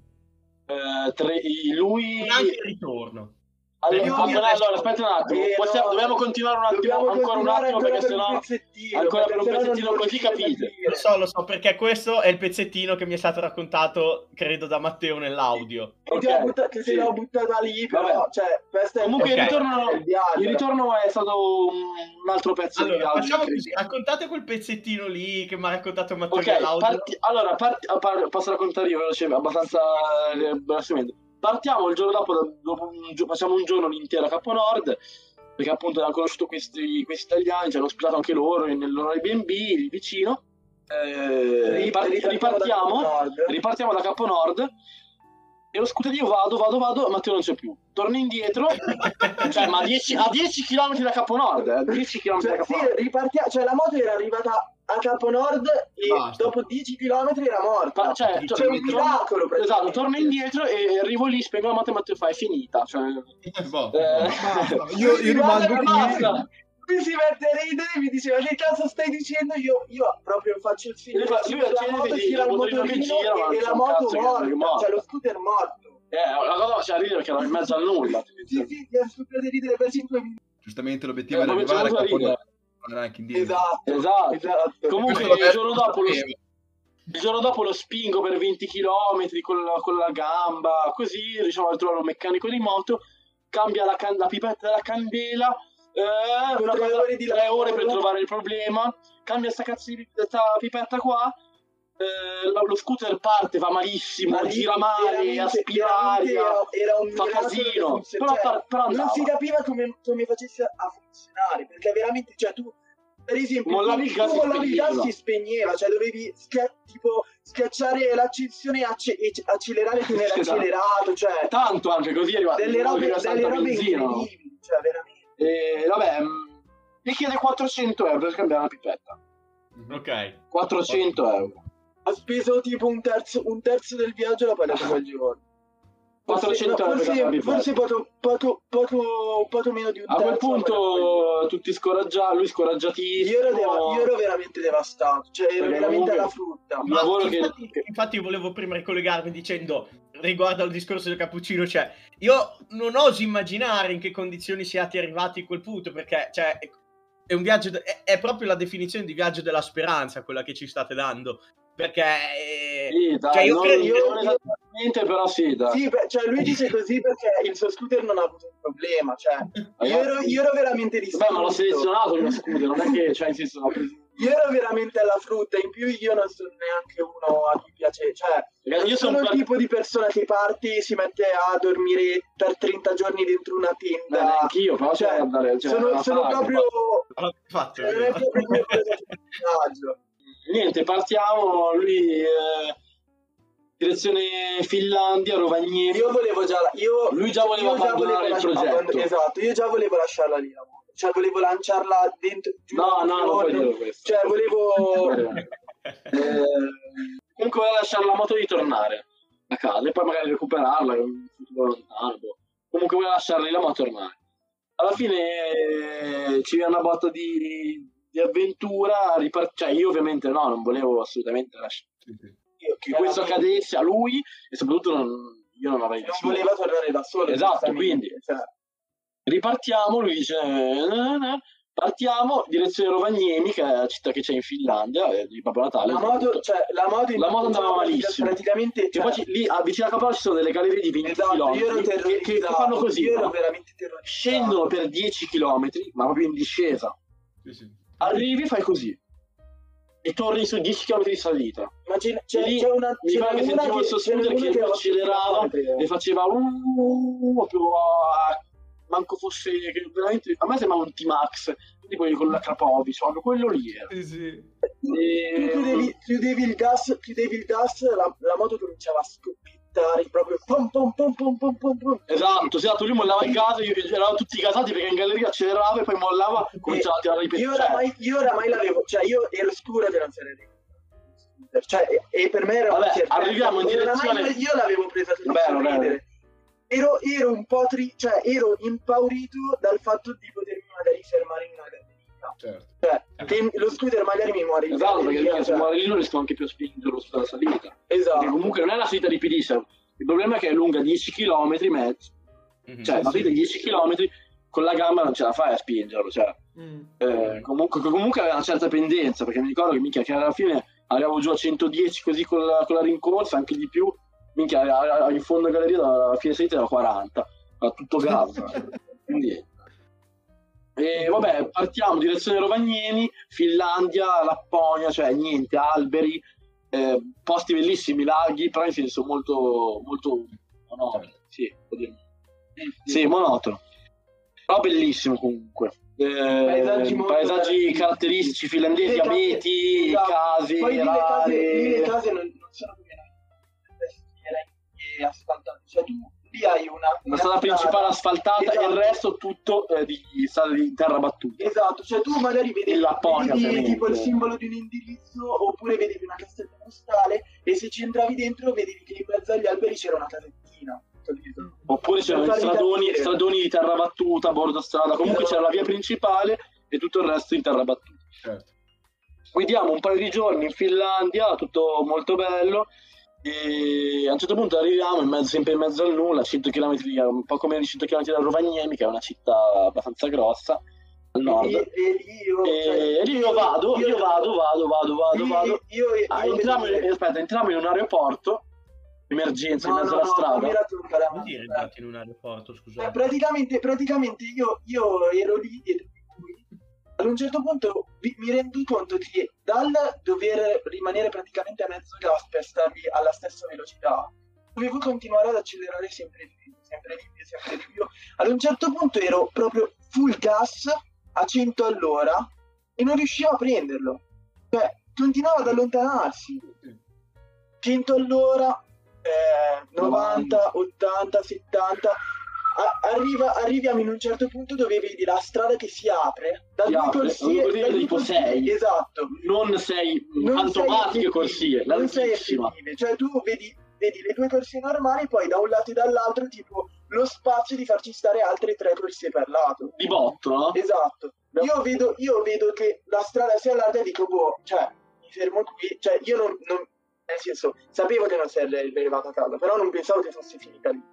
Eh, tre, lui... Non anche il ritorno. Allora, Io- ah, no, allora, aspetta un attimo, Eh, possiamo- no, dobbiamo continuare un attimo, dobbiamo ancora un continuare attimo, ancora perché per un sennò... pezzettino, ancora per un perché sennò non pezzettino così riuscite a capite. capire. Lo so, lo so, perché questo è il pezzettino che mi è stato raccontato, credo, da Matteo nell'audio. Che ti ho Ok, butta- che sì. te l'ho buttata lì, però, Vabbè. cioè, questo è Comunque Ok. il, ritorno, è il viaggio. il ritorno è stato un, un altro pezzo di Allora, viaggio. facciamo così, incredibile. raccontate quel pezzettino lì che mi ha raccontato Matteo Ok, nell'audio. parti- allora parti- ah, par- posso raccontare io velocemente, abbastanza eh, velocemente. Partiamo il giorno dopo, da- dopo un gio- facciamo un giorno l'intero a Caponord, perché appunto abbiamo conosciuto questi, questi italiani, ci hanno ospitato anche loro nel loro Airbnb lì vicino. Eh, Ri- par- ripartiamo, da Nord. ripartiamo da Caponord e lo scooter io vado, vado, vado, Matteo non c'è più. Torno indietro, cioè ma a dieci, a dieci chilometri da Caponord, eh, a dieci chilometri da Cioè, sì, Caponord. ripartiamo, cioè la moto era arrivata a Caponord e Basta. dopo dieci chilometri era morta. Ma, cioè, Cioè, un miracolo, esatto, praticamente. torno indietro e arrivo lì, spengo la moto e Matteo fa, è finita. Cioè, Boh, eh, Basta, io, io Guarda rimango che qui. basta. Lui si mette a ridere e mi diceva che cazzo stai dicendo, io, io proprio faccio il film Lui fa- lui la accende, moto, vedi gira il il motorino che motorino gira, ma e, non e c'è la un moto cazzo che- morta, che è morta. cioè lo scooter morto. Eh, la cosa faceva ridere perché era in mezzo al nulla. Sì, sì, ti ha scoppiato di ridere per cinque minuti. giustamente l'obiettivo Eh, era come c'è arrivare a avuto da Caponord, tornare anche indietro. Esatto, Esatto. esatto. Comunque Questo il giorno, lo dopo lo, sapevo. il giorno dopo lo spingo per venti chilometri con la, con la gamba, così riusciamo a trovare un meccanico di moto, cambia la, can- la pipetta della candela, eh, una Tre cosa- ore di tre ore per lavoro. trovare il problema, cambia sta cazzo di sta pipetta qua, eh, lo, lo scooter parte, va malissimo, Ma lì gira male, veramente- aspira veramente aria, era, era un fa miracolo che casino, funziona- però, cioè, par- però non andava. si capiva come, come facesse a funzionare, perché veramente, cioè tu, per esempio, Mollavi tu, il gas, tu si mollavi il gas, spegneva. si spegneva, cioè dovevi schia- tipo schiacciare l'accensione e acce- e c- accelerare tenere Esatto. accelerato, cioè Tanto anche così è arrivato. delle robe, arriva delle tanta robe benzina, no? incredibili, cioè veramente. E vabbè, mh, mi chiede quattrocento euro per cambiare la pipetta. Ok. quattrocento euro. Ha speso tipo un terzo, un terzo del viaggio l'ha pagato quel giorno. quattrocento euro per forse, cambiare la forse pipetta. poco, poco, poco, poco meno di un A terzo. quel l'ha pagato quel punto giorno. tutti scoraggiati, lui scoraggiatissimo. Io ero, deva- io ero veramente devastato, cioè ero Perché veramente comunque- alla frutta. Un Ma lavoro che- infatti, infatti io volevo prima ricollegarmi dicendo riguardo al discorso del cappuccino, cioè io non oso immaginare in che condizioni siate arrivati a quel punto, perché cioè, è- è un viaggio, de- è, è proprio la definizione di viaggio della speranza quella che ci state dando, perché eh, Sì, dai, cioè, io non, credo- non io- esattamente, però sì, dai. Sì, beh, cioè lui dice così perché il suo scooter non ha avuto un problema, cioè io ero, io ero veramente distrutto. Beh, ma l'ho selezionato il mio scooter, non è che, cioè, in senso, l'ho preso. Io ero veramente alla frutta, in più io non sono neanche uno a cui piace, cioè Ragazzi, io io sono sono il par- tipo di persona che parte e si mette a dormire per trenta giorni dentro una Beh, tenda. anch'io, però Cioè, cioè, andare, cioè, sono, una sono saga, proprio... l'ho fatto, cioè, non è proprio il mio personaggio. Niente, partiamo, lui eh, direzione Finlandia, Rovaniemi. Io volevo già... Io, Lui già voleva io già abbandonare volevo il lasci- progetto. abband- Esatto, io già volevo lasciarla lì la moto. Cioè volevo lanciarla dentro... giù No, da un no, non puoi giorno. dire questo. Cioè volevo... Eh, comunque voleva lasciare la moto di tornare a casa e poi magari recuperarla in un futuro lontano. boh. Comunque voleva lasciarli la moto e tornare. Alla fine eh, ci viene una botta di, di avventura, ripart- cioè io ovviamente no, non volevo assolutamente lasciare Sì, sì. Io, che questo accadesse a lui e soprattutto non, io non avrei non voleva tornare da solo. Esatto, giustamente, quindi cioè. ripartiamo, lui dice "Eh, eh, eh". Partiamo direzione Rovaniemi, che è la città che c'è in Finlandia, eh, di Babbo Natale. La moto, soprattutto. cioè, la moto, in La moto andava pratica- malissimo. praticamente, E cioè, poi ci- lì a vicino a Capola ci sono delle gallerie di venti esatto, io ero chilometri che, che- che terrorizzato, fanno così, io ero no? veramente terrorizzato. Scendono per dieci chilometri, ma proprio in discesa. Sì, sì. Arrivi, fai così e torni su dieci chilometri di salita. Immagina, c'è, Lì c'è una, mi c'è pare che una sentivo il suo ce n'è scooter una che ha otto accelerava chilometri. e faceva uh, proprio uh, manco fosse che veramente a me sembrava un T-Max di quelli con la Krapovic, proprio quello lì era. Sì, sì. Tu E- chiudevi, chiudevi il gas, chiudevi il gas, la, la moto cominciava a scoppiettare proprio pom pom pom pom pom pom pom. Esatto, esatto, lui mollava il gas, io- eravamo tutti gasati perché in galleria accelerava e poi mollava, cominciava a tirare i pezzi. Io oramai, io oramai l'avevo, cioè io ero sicuro che non se ne arrivava. Cioè, e, e per me era Vabbè, una certezza. arriviamo in direzione- Oramai io l'avevo presa tutto Vabbè, a vabbè. sorridere. Ero, ero un po' tri- cioè ero impaurito dal fatto di potermi magari fermare in una galleria. Certo. Cioè, che lo scooter magari mi muore in Esatto, perché galleria, mica se cioè. muore lì non riesco anche più a spingerlo sulla salita. Esatto. Perché comunque non è una salita ripidissima. Il problema è che è lunga dieci chilometri e mezzo. Mhm. Cioè, la salita di dieci chilometri con la gamba non ce la fai a spingerlo. Cioè, Mm. eh, comunque, comunque aveva una certa pendenza. Perché mi ricordo che, minchia, che alla fine arrivavo giù a centodieci così con la, con la rincorsa, anche di più. Minchia, a- a- in fondo galleria alla fine salita era quaranta. Era tutto gamba. Quindi. E vabbè, partiamo direzione Rovaniemi, Finlandia, Lapponia, cioè niente, alberi, eh, posti bellissimi, laghi, però in senso molto, molto monotono. Sì, può dire. Sì, monotono. Però bellissimo comunque. Eh, Paesaggi molto paesaggi belli. caratteristici finlandesi, Le case- abeti, esatto. case, Poi lì le case, lì le rare. case non, non sono come noi, asfaltate. Cioè tu lì hai una, Una strada principale asfaltata e il Esatto. resto tutto eh, di strade di terra battuta. Esatto, cioè tu magari vedi, In Lapponia, vedi ovviamente. tipo il simbolo di un indirizzo oppure vedevi una cassetta postale e se ci entravi dentro vedevi che in mezzo agli alberi c'era una casettina. capito? Oppure c'erano Per i farvi stradoni, capire. stradoni di terra battuta, a bordo strada, comunque Esatto. c'era la via principale e tutto il resto in terra battuta. Certo. Guidiamo un paio di giorni in Finlandia, tutto molto bello, e a un certo punto arriviamo in mezzo, sempre in mezzo al nulla, a cento chilometri, a un poco meno di cento chilometri da Rovaniemi, che è una città abbastanza grossa, al nord. E, e lì io, E cioè, lì io vado, io vado, vado, vado, vado, lì vado. Io, io, Ah, io entriamo, vedo- in, aspetta, entriamo in un aeroporto, emergenza, No, in mezzo no, alla no, strada. fammi raccontare a Vuol me. dire entrati in un aeroporto, Eh, scusate. praticamente, praticamente io, io ero lì dietro di lui. Ad un certo punto vi- mi rendo conto che dal dover rimanere praticamente a mezzo gas per starvi alla stessa velocità, dovevo continuare ad accelerare sempre di più, sempre di più, sempre di più. Ad un certo punto ero proprio full gas a cento all'ora e non riuscivo a prenderlo. Cioè, continuava ad allontanarsi. cento all'ora, eh, novanta, ottanta, settanta. A- arriva, arriviamo in un certo punto dove vedi la strada che si apre da Si due apre, corsie, due corsie da due tipo corsie- sei. esatto. Non sei Non fantomatiche sei corsie, effettive, non sei larghissima. effettive. Cioè tu vedi, vedi le due corsie normali, poi da un lato e dall'altro tipo lo spazio di farci stare altre tre corsie per lato. Di botto, no? Esatto. Io vedo, io vedo che la strada si allarga e dico, boh, cioè, mi fermo qui. Cioè, io non, non- nel senso, sapevo che non sarebbe arrivato a casa, però non pensavo che fosse finita lì.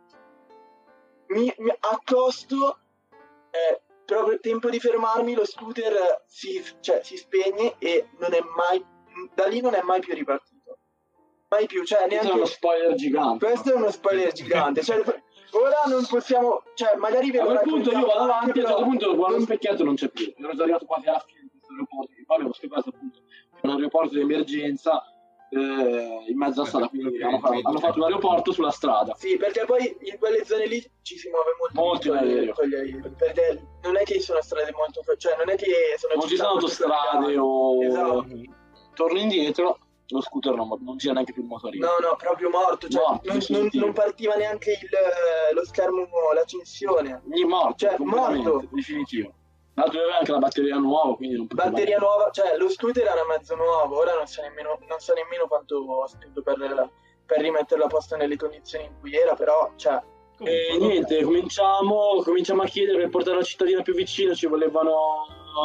Mi, mi accosto, eh, proprio tempo di fermarmi, lo scooter eh, si, cioè, si spegne e non è mai, da lì non è mai più ripartito. Mai più, cioè, Questo è neanche... uno spoiler gigante. Questo è uno spoiler gigante, cioè, ora non possiamo, cioè, magari ve A lo quel punto io vado raccontiamo avanti, a un certo però- punto guardo lo specchietto non c'è più. Ero già arrivato quasi alla fine di questo aeroporto, che poi abbiamo scoperto appunto che è un aeroporto di emergenza eh, in mezzo alla strada, quindi hanno fatto, hanno fatto un aeroporto sulla strada. Sì, perché poi in quelle zone lì ci si muove molto Molto con, aereo. con gli aerei, perché non è che sono strade molto, cioè non è che sono Non ci città sono molto autostrade collegate. o... Esatto. Torno indietro, lo scooter non, non gira neanche più il motorino. No, no, proprio morto, cioè Morto, non, non, definitivo. non partiva neanche il, lo schermo, l'accensione. Ogni morto, Cioè, completamente, morto. definitivo. Tra l'altro aveva anche la batteria nuova, quindi non poteva... Batteria nuova, cioè lo scooter era mezzo nuovo, ora non so nemmeno, non so nemmeno quanto ho speso per, per rimetterlo a posto nelle condizioni in cui era, però, cioè... E Comunque, niente, cominciamo, cominciamo a chiedere per portare la cittadina più vicina, ci volevano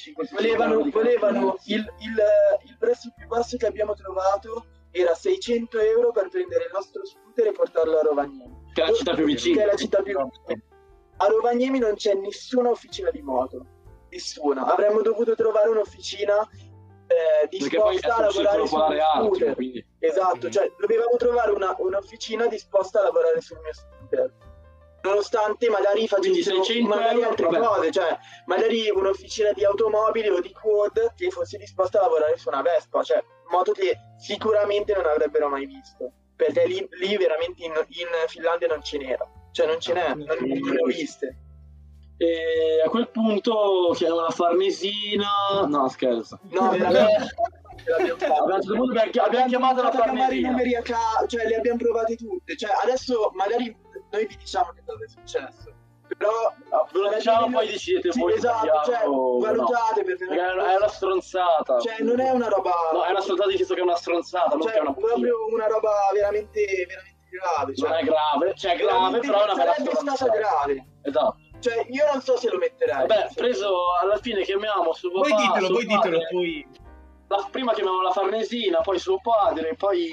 Volevano, volevano il, il, il prezzo più basso che abbiamo trovato era seicento euro per prendere il nostro scooter e portarlo a Rovagnemi. Che è la città più vicina. Che è la città più vicina. A Rovagnemi non c'è nessuna officina di moto. Nessuna. Avremmo dovuto trovare un'officina eh, disposta a lavorare sul mio scooter. Quindi... Esatto, Mm-hmm. cioè dovevamo trovare una, un'officina disposta a lavorare sul mio scooter. Nonostante magari facessero magari altre vabbè. cose, cioè magari un'officina di automobili o di quad che fosse disposta a lavorare su una Vespa, cioè moto che sicuramente non avrebbero mai visto, perché lì, lì veramente in, in Finlandia non ce n'era, cioè non ce n'è, non, non ne ho viste. E a quel punto chiamano la Farnesina, no scherzo. No, veramente. Abbiamo, abbiamo, abbiamo chiamato la chiamare i Farnesina. numeri a caso, cioè le abbiamo provate tutte, cioè adesso magari noi vi diciamo che cosa è successo, però Ve lo diciamo, poi decidete sì, voi. esatto, cioè o valutate, perché no. Perché è una stronzata. cioè non è una roba, No, è una stronzata di senso che è una stronzata, non cioè che è una bugia. proprio una roba veramente veramente grave, cioè, Non è grave, cioè è grave, veramente però è una bella sarebbe stata stronzata. grave, Esatto. cioè io non so se lo metterei. Vabbè, preso alla fine chiamiamo suo papà. Voi ditelo, suo voi ditelo, padre. poi... La, prima chiamiamo la Farnesina, poi suo padre, poi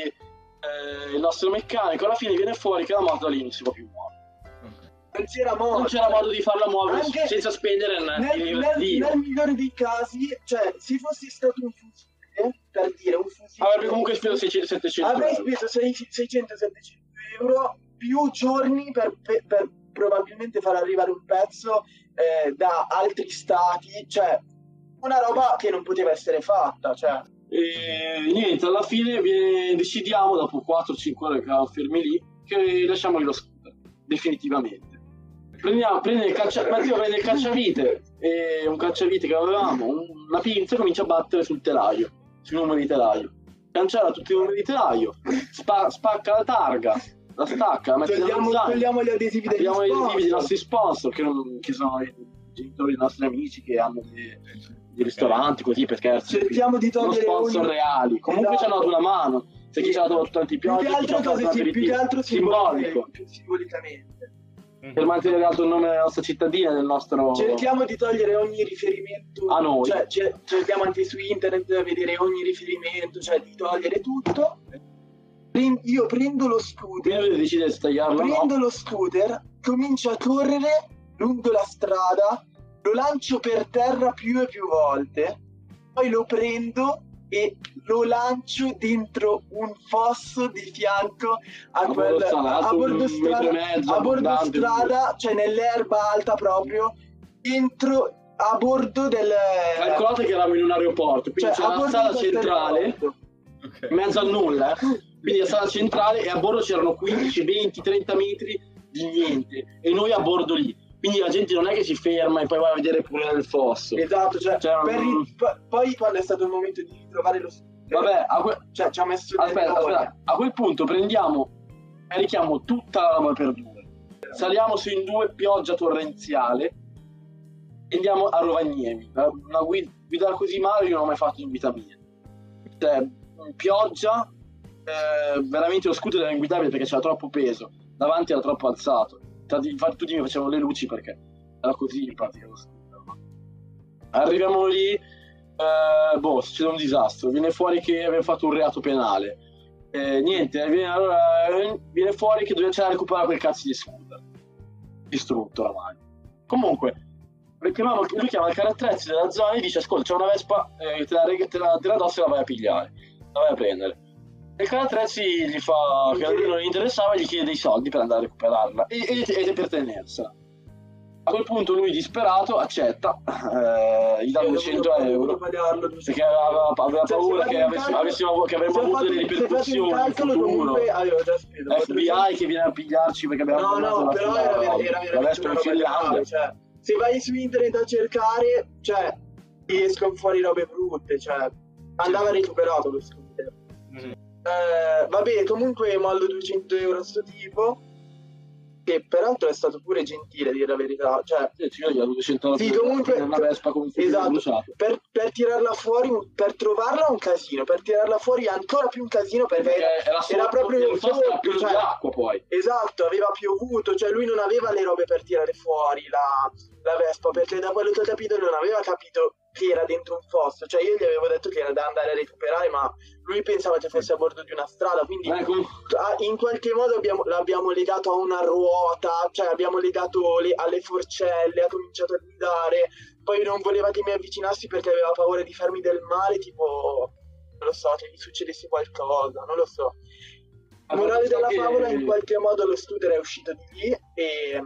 eh, il nostro meccanico. Alla fine viene fuori che la moto lì non si può più muovere. Non c'era modo, Non c'era modo di farla muovere Anche senza spendere nel, il nel, dio. nel migliore dei casi, cioè se fosse stato un fusile, per dire un fusile, Avrebbe comunque speso seicento settecento avrei euro. speso seicento settecento euro più giorni per, per, per probabilmente far arrivare un pezzo eh, da altri stati, cioè una roba che non poteva essere fatta, cioè. E niente, alla fine viene- decidiamo, dopo quattro cinque ore che eravamo fermi lì, che lasciamogli lo scooter, definitivamente. Prendiamo, prende il caccia, Matteo prende il cacciavite, e un cacciavite che avevamo, un- una pinza, e comincia a battere sul telaio, sui numeri di telaio. Cancella tutti i numeri di telaio, spa- spacca la targa, la stacca, la mette nello Togliamo, zaino. togliamo gli adesivi degli Abbiamo gli adesivi dei sponsor. nostri sponsor, che, non- che sono i genitori dei nostri amici che hanno dei, dei ristoranti, così per scherzo. Cerchiamo di Sono togliere sponsor ogni- reali. Comunque Esatto. ci hanno dato una mano. Se chi Sì. ci ha dato tanti più pioggi, che chi ci ha altro, fatto cose, un sì, più che altro simbolico. simbolico, simbolicamente. Per mantenere alto il nome della nostra cittadina e del nostro... Cerchiamo di togliere ogni riferimento A noi. cioè ce- cerchiamo anche su internet di vedere ogni riferimento, cioè di togliere tutto. Pre- io prendo lo Prima scooter, di decidere se tagliarlo o prendo no. lo scooter, comincio a correre lungo la strada, lo lancio per terra più e più volte, poi lo prendo e lo lancio dentro un fosso di fianco a, A quel, bordo strada, a, a alto un bordo metro strada, e mezzo, a bordo abbondante. strada, cioè nell'erba alta proprio, dentro a bordo del Calcolate che eravamo in un aeroporto, quindi cioè, c'era a la bordo sala di questo centrale, aeroporto. Ok. in mezzo al nulla, eh. Quindi la sala centrale, e a bordo c'erano quindici, venti, trenta metri di niente, e noi a bordo lì. Quindi la gente non è che si ferma e poi va a vedere pure nel fosso. Esatto, cioè, Cioè, per mm. ri- p- poi quando è stato il momento di ritrovare lo scooter, Vabbè, a, que- cioè ci ha messo aspetta, delle ore. aspetta, a quel punto prendiamo, carichiamo tutta la roba per due, saliamo su in due, pioggia torrenziale, e andiamo a Rovagnemi. Una guida, guidare così male io non ho mai fatto in vita mia. Cioè, pioggia, eh, veramente lo scooter era inguidabile perché c'era troppo peso, davanti era troppo alzato. Infatti tutti mi facevano le luci perché era così in pratica lo scooter. No? Arriviamo lì, eh, boh, succede un disastro, viene fuori che abbiamo fatto un reato penale. Eh, niente, viene, allora, eh, viene fuori che dobbiamo andare a recuperare quel cazzo di scooter distrutto oramai. Comunque chiamiamo, lui chiama il carattrezzi della zona e dice: ascolta, c'è una Vespa, eh, te, la, reg- te, la, te la do se la vai a pigliare, la vai a prendere. E il carattrezzi gli fa che a lui non gli interessava e gli chiede dei soldi per andare a recuperarla e, e, e per tenersela. A quel punto lui disperato accetta, eh, gli dà duecento euro perché aveva, aveva Cioè, paura se che, fate un avessimo, calcolo- avessimo, che avremmo se avuto fate- delle se fate un ripercussioni in calcolo, futuro. comunque avevo già speso F B I che viene a pigliarci perché abbiamo no no mandato la però fila- era, ver- era la veramente Vespa una in roba Finlandia. grave, cioè se vai su internet a cercare, cioè ti escono fuori robe brutte, cioè andava recuperato lo scooter. Mm. Eh, vabbè, comunque mollo duecento euro a sto tipo. che peraltro è stato pure gentile, a dire la verità, cioè Sì, ci voglio duecento euro sì, per- comunque per una Vespa con un fucile esatto, bruciato. per, per tirarla fuori, per trovarla un casino, per tirarla fuori è ancora più un casino perché, Perché era, era sotto, proprio il posto era sotto, pieno cioè, di acqua poi. esatto, aveva piovuto, cioè lui non aveva le robe per tirare fuori la, la Vespa, perché da quello che ho capito non aveva capito che era dentro un fosso, cioè io gli avevo detto che era da andare a recuperare, ma lui pensava che fosse a bordo di una strada, quindi Eh, com- ah, in qualche modo abbiamo, l'abbiamo legato a una ruota, cioè abbiamo legato le- alle forcelle, ha cominciato a guidare, poi non voleva che mi avvicinassi perché aveva paura di farmi del male, tipo, non lo so, che gli succedesse qualcosa, non lo so. Ma Morale pensa della che- favola, in qualche modo lo Studer è uscito di lì e,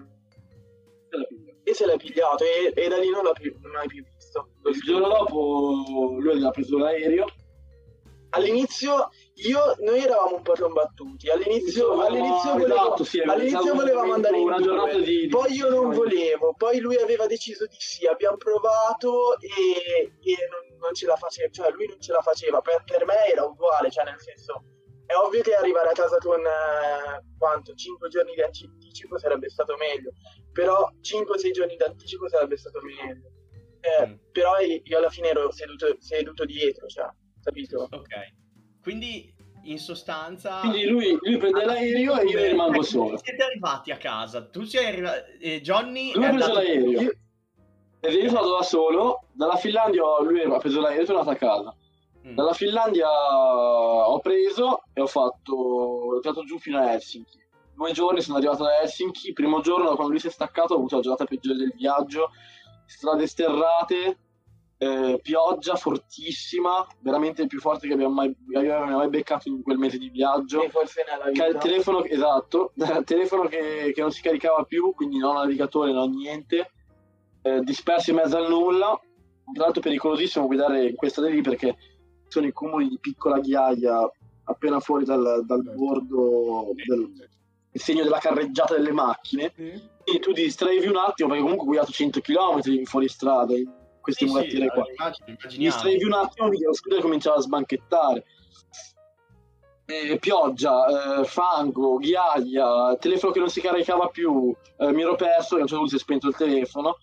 e se l'è pigliato e, e da lì non l'ho più, non mai più visto. Il giorno dopo lui aveva preso l'aereo. All'inizio io, noi eravamo un po' combattuti, all'inizio, Insomma, all'inizio, esatto, volevo, sì, all'inizio avevamo volevamo andare in una due, giornata di- di- poi io non volevo, poi lui aveva deciso di sì, abbiamo provato e, e non, non ce la faceva, cioè lui non ce la faceva, per, per me era uguale, cioè nel senso, è ovvio che arrivare a casa con eh, quanto, cinque giorni di anticipo sarebbe stato meglio, però cinque sei giorni di anticipo sarebbe stato meglio, eh, Mm. però io alla fine ero seduto, seduto dietro, cioè, capito? Ok. Quindi in sostanza Quindi lui, lui prende l'aereo e io Come- rimango ecco, solo. siete arrivati a casa. Tu sei arrivato eh, Johnny Lui è ha preso andato l'aereo. Io- Ed io sono andato da solo. Dalla Finlandia lui ha preso l'aereo e è tornato a casa. Mm. Dalla Finlandia ho preso e ho fatto ho tirato giù fino a Helsinki. Due giorni sono arrivato da Helsinki. Primo giorno, quando lui si è staccato, ho avuto la giornata peggiore del viaggio. Strade sterrate, eh, pioggia fortissima, veramente il più forte che abbiamo mai, che abbiamo mai beccato in quel mese di viaggio. E forse nella Che vita. il telefono, esatto, il telefono che, che non si caricava più, quindi non navigatore, non niente, eh, dispersi in mezzo al nulla. Tra l'altro pericolosissimo guidare in questa strade lì perché sono i cumuli di piccola ghiaia appena fuori dal, dal bordo, del, il segno della carreggiata delle macchine. Sì. E tu ti distraevi un attimo perché comunque ho guidato cento chilometri in fuoristrada in queste Sì, sì, murattiere qua. immagino, Ti immaginiamo. distraevi un attimo perché lo scooter cominciava a sbanchettare. E pioggia, eh, fango, ghiaia, telefono che non si caricava più, eh, mi ero perso, che a un certo punto si è spento il telefono.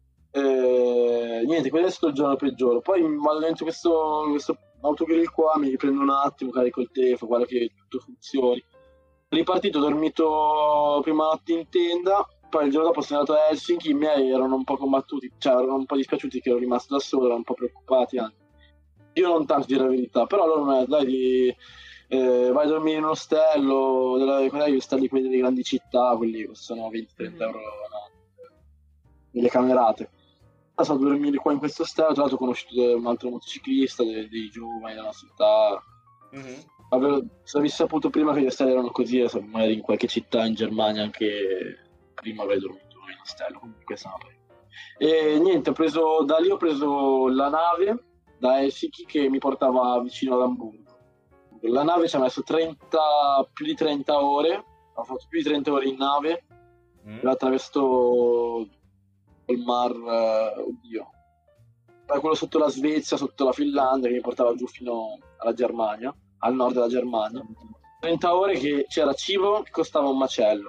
Eh, niente, quello è stato il giorno peggiore. Poi vado dentro questo, questo autogrill qua, mi riprendo un attimo, carico il telefono, guarda che tutto funzioni. Ripartito, ho dormito prima notte in tenda, poi il giorno dopo sono andato a Helsinki, i miei erano un po' combattuti, cioè erano un po' dispiaciuti che ero rimasto da solo, erano un po' preoccupati anche. Io non tanto, dire la verità, però loro mi hanno detto, dai, di, eh, vai a dormire in un ostello, della, qual è gli ostelli quelli delle grandi città, quelli costano venti trenta euro no, nelle camerate. Sono stato a dormire qua in questo ostello, tra l'altro ho conosciuto un altro motociclista, dei, dei giovani della città. Mhm. Avevo, se avessi saputo prima che gli ostelli erano così, ero stato magari in qualche città in Germania anche prima avrei dormito in ostello, comunque sempre. E niente, ho preso, da lì ho preso la nave da Helsinki che mi portava vicino ad Amburgo. La nave ci ha messo trenta, più di trenta ore, ho fatto più di trenta ore in nave, Mm. ho attraversato il mar, eh, oddio, da quello sotto la Svezia, sotto la Finlandia che mi portava giù fino alla Germania, al nord della Germania. trenta ore che c'era cibo che costava un macello.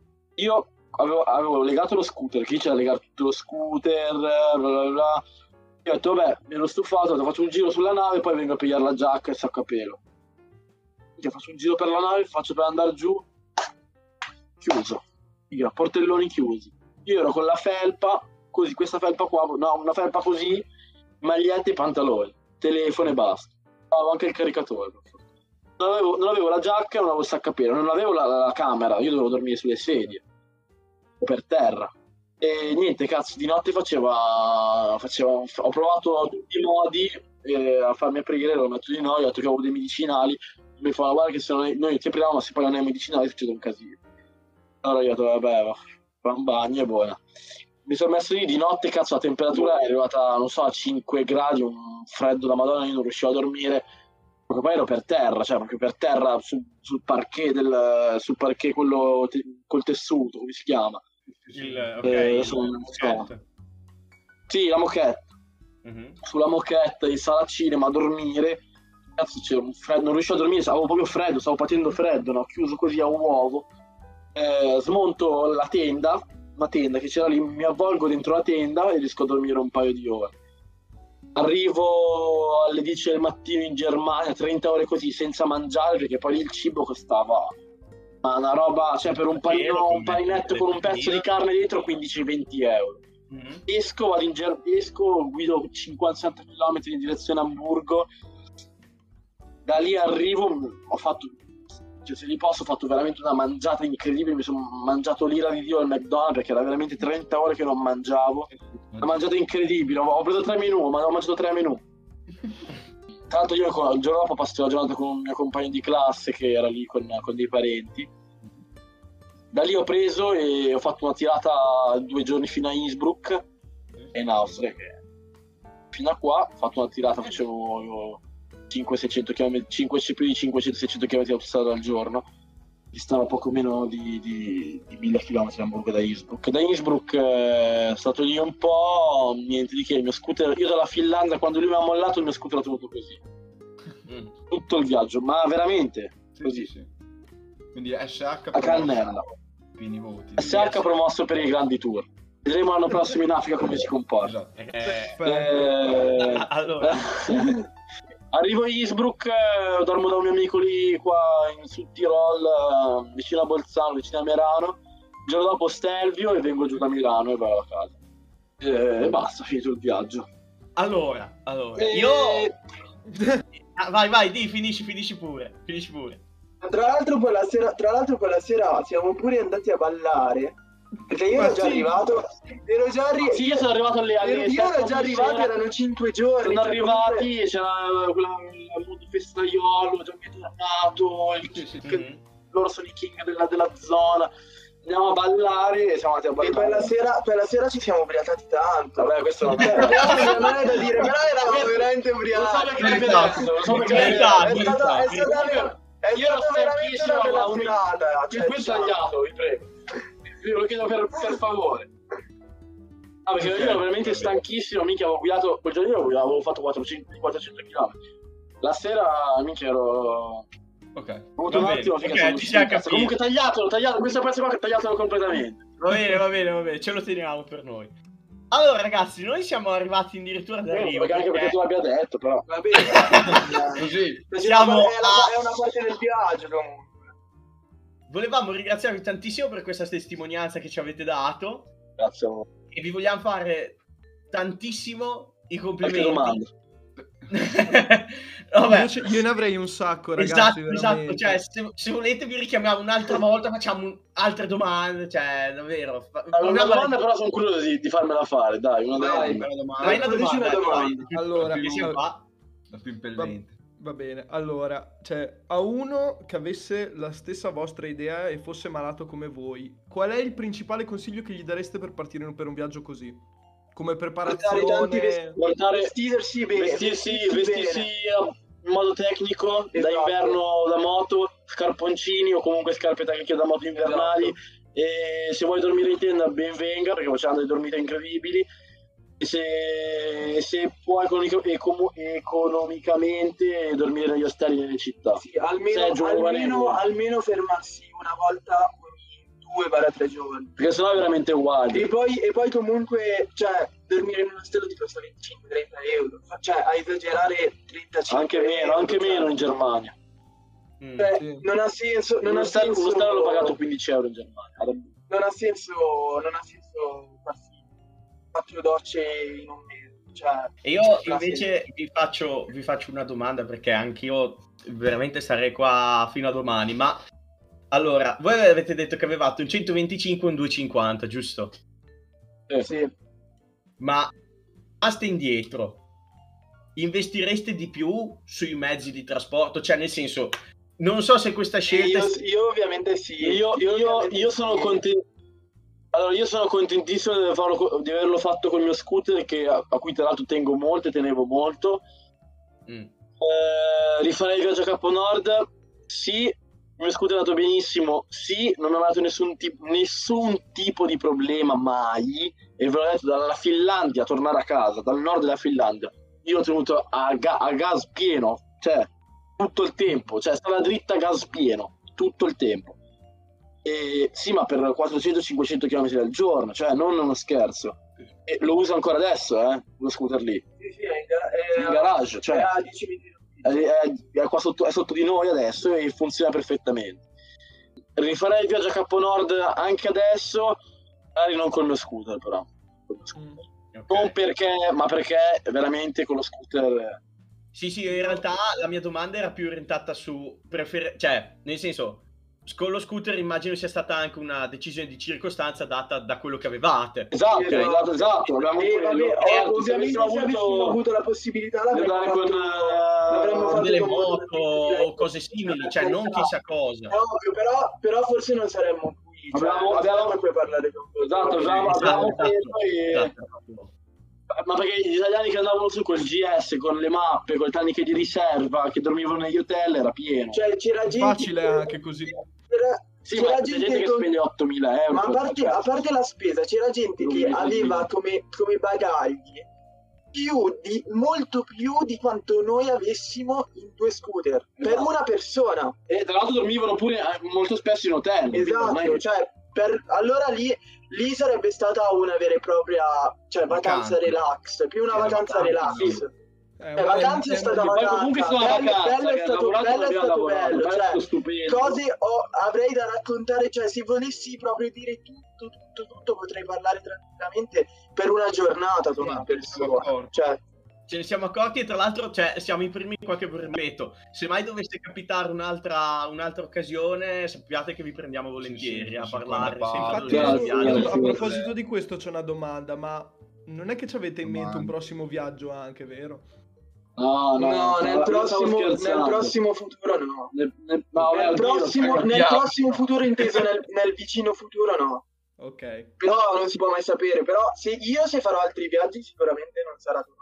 Io avevo, avevo legato lo scooter, chi c'era legato tutto lo scooter, bla bla bla. Io ho detto, vabbè, mi ero stufato, ho detto, faccio un giro sulla nave, poi vengo a pigliare la giacca e il sacco a pelo. Io faccio un giro per la nave, faccio per andare giù, chiuso. Io, portelloni chiusi. Io ero con la felpa, così, questa felpa qua, no, una felpa così, magliette e pantaloni, telefono e basta. Avevo anche il caricatore. Non avevo, non avevo la giacca, non avevo il sacco a pelo, non avevo la, la camera, io dovevo dormire sulle sedie o per terra. E niente, cazzo, di notte faceva, faceva ho provato a tutti i modi eh, a farmi aprire, lo metto di noi, ho detto che avevo dei medicinali, mi fa guarda che se non è, noi ti apriamo, ma se poi non hai medicinali succede un casino. Allora io ho detto vabbè, va, fa un bagno e buona. Mi sono messo lì di notte, cazzo, la temperatura è arrivata, non so, a cinque gradi, un freddo da madonna, io non riuscivo a dormire. Perché poi ero per terra, cioè proprio per terra sul, sul parquet del sul parquet quello te, col tessuto, come si chiama? Il, ok, Eh, il sono- moschetto. Sì, la moquette. Mhm. Sulla moquette in sala cinema a dormire. Cazzo, c'era un freddo, non riuscivo a dormire, avevo proprio freddo, stavo patendo freddo, no? Chiuso così a un uovo. eh, smonto la tenda, una tenda che c'era lì, mi avvolgo dentro la tenda e riesco a dormire un paio di ore. Arrivo alle dieci del mattino in Germania, trenta ore così, senza mangiare, perché poi lì il cibo costava una roba, cioè per un panino, un paninetto con un pezzo di carne dentro quindici venti euro. Mm-hmm. Esco, vado in Ger- esco, guido cinquanta chilometri in direzione Amburgo, da lì arrivo, ho fatto, cioè se li posso, ho fatto veramente una mangiata incredibile, mi sono mangiato l'ira di Dio al McDonald's perché era veramente trenta ore che non mangiavo, una mangiata incredibile, ho, ho preso tre menù, ma ho mangiato tre menù. Tra l'altro io il giorno dopo passai la giornata con un mio compagno di classe che era lì con, con dei parenti. Da lì ho preso e ho fatto una tirata due giorni fino a Innsbruck e in Austria. Che fino a qua ho fatto una tirata, facevo cinquecento seicento chilometri, cinque, più di cinquecento seicento chilometri di autostrada al giorno. Ci stava poco meno di, di, di mille chilometri da Hamburgo da Innsbruck. Da Innsbruck eh, è stato lì un po', niente di che, il mio scooter, io dalla Finlandia, quando lui mi ha mollato il mio scooter l'ho tenuto così. Mm. Tutto il viaggio, ma veramente sì, così. Sì, sì. Quindi S H a cannella. Quindi voti. S H promosso per i grandi tour. Vedremo l'anno prossimo in Africa come si comporta. Esatto. Eh, eh, allora arrivo a Innsbruck, dormo da un mio amico lì qua in Sud Tirol, vicino a Bolzano, vicino a Merano. Il giorno dopo Stelvio e vengo giù da Milano e vado a casa. E basta, finito il viaggio. Allora, allora, e... io ah, vai, vai, di, finisci, finisci pure, finisci pure. Tra l'altro quella sera, tra l'altro quella sera siamo pure andati a ballare. Perché io Ma ero già sì. arrivato, ero già arri- sì, io sono arrivato alle, alle io ero già arrivato, erano cinque giorni. Sono cioè, arrivati, comunque... c'era quella il mondo festaiolo, già mi è tornato, il, sì, sì, che, mm-hmm. loro sono i king della, della zona. Andiamo a ballare e siamo andati a ballare. E quella sera, quella sera ci siamo ubriacati tanto. Vabbè, questo non è, non è da dire, però eravamo veramente non so ubriacati. perché l'hai non so perché l'hai È stata, è stata, è stata, è Io ero stata veramente una bella stanchissimo, serata. Cioè, qui tagliato, vi prego. Io lo chiedo per, per favore. Ah, perché io ero veramente stanchissimo, minchia, avevo guidato, quel giorno io avevo fatto quattrocento chilometri. La sera, minchia, ero... Ok. Ho avuto un Va attimo, bene, finché ok, sono ci siamo uscito. capiti. Comunque tagliatelo, tagliatelo, questo pezzo qua che tagliatelo completamente. Va bene, va bene, va bene, ce lo teniamo per noi. Allora ragazzi, noi siamo arrivati addirittura d'arrivo. Eh, anche perché tu l'abbia detto, però. Va bene. Così. Siamo è, la, a- è una parte del viaggio comunque. Volevamo ringraziarvi tantissimo per questa testimonianza che ci avete dato Grazie a voi. e vi vogliamo fare tantissimo i Qualche complimenti. domanda? Vabbè. Io, ce- io ne avrei un sacco, ragazzi. Esatto, esatto, veramente. cioè se, se volete vi richiamiamo un'altra volta, facciamo un- altre domande, cioè davvero. Fa- Allora, una proviamo a- domanda però sono curioso di, di farmela fare, dai, una Vai, domanda. Vai una Dici domanda, una domanda. dai, Allora, perché siamo qua. La più impellente. Va bene, allora, cioè, a uno che avesse la stessa vostra idea e fosse malato come voi, qual è il principale consiglio che gli dareste per partire per un viaggio così? Come Portare tanti vestiti, preparazione? Guardare, vestirsi bene. vestirsi, vestirsi vestirsi bene. in modo tecnico, da Esatto. inverno da moto, scarponcini o comunque scarpe tecniche da moto invernali. Esatto. E se vuoi dormire in tenda ben venga, perché facciamo delle dormite incredibili. E se, se puoi economico- ecomo- economicamente dormire negli ostelli nelle città. Sì, almeno, Sei giovane, almeno, giovane. almeno fermarsi una volta ogni due tre giorni. Perché sennò è veramente uguale. E poi, e poi comunque, cioè, dormire in un ostello ti costa venticinque trenta euro. Cioè, a esagerare trentacinque Anche meno, euro, anche cioè. meno in Germania. Mm. Cioè, Sì. non ha senso, non Un ha ostello, senso, un ostello l'ho pagato quindici euro in Germania. non ha senso, non ha senso farsi quattro docce in un mese. Cioè, E io non ha invece vi faccio, vi faccio una domanda perché anch'io veramente sarei qua fino a domani, ma allora, voi avete detto che avevate un centoventicinque e un duecentocinquanta, giusto? Eh, sì. Ma basta indietro, investireste di più sui mezzi di trasporto? Cioè nel senso, non so se questa scelta... Io, io ovviamente sì. Io, io, ovviamente io sono sì. contento. Allora, io sono contentissimo di, farlo- di averlo fatto con il mio scooter, che, a, a cui tra l'altro tengo molto e tenevo molto. Mm. Eh, rifarei il viaggio a Capo Nord? Sì. Il mio scooter è andato benissimo? Sì. Non mi ha dato nessun, tip- nessun tipo di problema mai. E ve l'ho detto, dalla Finlandia a tornare a casa, dal nord della Finlandia, io l'ho tenuto a, ga- a gas pieno, cioè tutto il tempo, cioè stava dritta a gas pieno tutto il tempo. E, sì, ma per quattrocento cinquecento chilometri al giorno, cioè non uno scherzo. E lo uso ancora adesso, eh, lo scooter lì. Sì, sì, è in, ga- è In garage, cioè è a dieci minuti. è, è- è qua sotto, è sotto di noi adesso e funziona perfettamente. Rifarei il viaggio a Capo Nord anche adesso, magari non col mio scooter, però. Col mio scooter. Mm. Ok. Non perché, ma perché veramente con lo scooter. Sì, sì, in realtà la mia domanda era più orientata su prefer- cioè, nel senso, con lo scooter immagino sia stata anche una decisione di circostanza data da quello che avevate. Esatto, Ok. esatto, esatto. Abbiamo E vabbè, quello. oh, Certo, se ovviamente avessimo se avessimo avuto la possibilità di l'avremmo andare fatto, con, l'avremmo eh, fatto Delle con molto moto più o diretto. cose simili, cioè non chissà cosa. È ovvio, però, però forse non saremmo qui, cioè, Abbiamo- non abbiamo- saremmo qui a parlare con voi. Esatto, abbiamo- Esatto, abbiamo esatto, preso e- esatto. Ma perché gli italiani che andavano su col G S, con le mappe, con le taniche di riserva, che dormivano negli hotel, era pieno. Cioè, c'era gente Facile che- anche così. c'era- Sì, c'era ma c'è gente che con- spende ottomila euro. Ma a per- parte, cioè, a parte la spesa, c'era gente Non che mi aveva ricordo. come, come bagagli più di, molto più di quanto noi avessimo in due scooter per Esatto. una persona. E tra l'altro dormivano pure eh, molto spesso in hotel. Non è Esatto, che- cioè, per, allora lì, lì sarebbe stata una vera e propria, cioè, vacanza Vacanza. relax, più una Sì, vacanza vacanza, relax. sì. Eh, Eh, vacanza è è- stata Poi vacanza, comunque sono una bello, vacanza, bello è che stato, lavorato bello non è abbiamo stato lavorato, bello, però è cioè, stato stupendo. cose ho- avrei da raccontare, cioè se volessi proprio dire tutto, tutto, tutto potrei parlare tranquillamente per una giornata con Sì, una ci siamo persona, accorti. cioè, Ce ne siamo accorti e tra l'altro cioè, siamo i primi in qualche vermetto. Se mai dovesse capitare un'altra, un'altra occasione, sappiate che vi prendiamo volentieri Sì, sì, a sì, parlare con una sempre Infatti, barra. del Grazie, io, viaggio. io grazie. a proposito di questo c'è una domanda, ma non è che ci avete in mente un Domanda. prossimo viaggio anche, vero? No, no, no, no, nel, io stavo prossimo, nel scherzando. prossimo futuro no. Nel, nel- no, Nel eh, oddio, prossimo, cioè, nel capiamo. prossimo futuro inteso nel, nel vicino futuro no. Ok. Però non si può mai sapere, però se io se farò altri viaggi sicuramente non sarà tutto.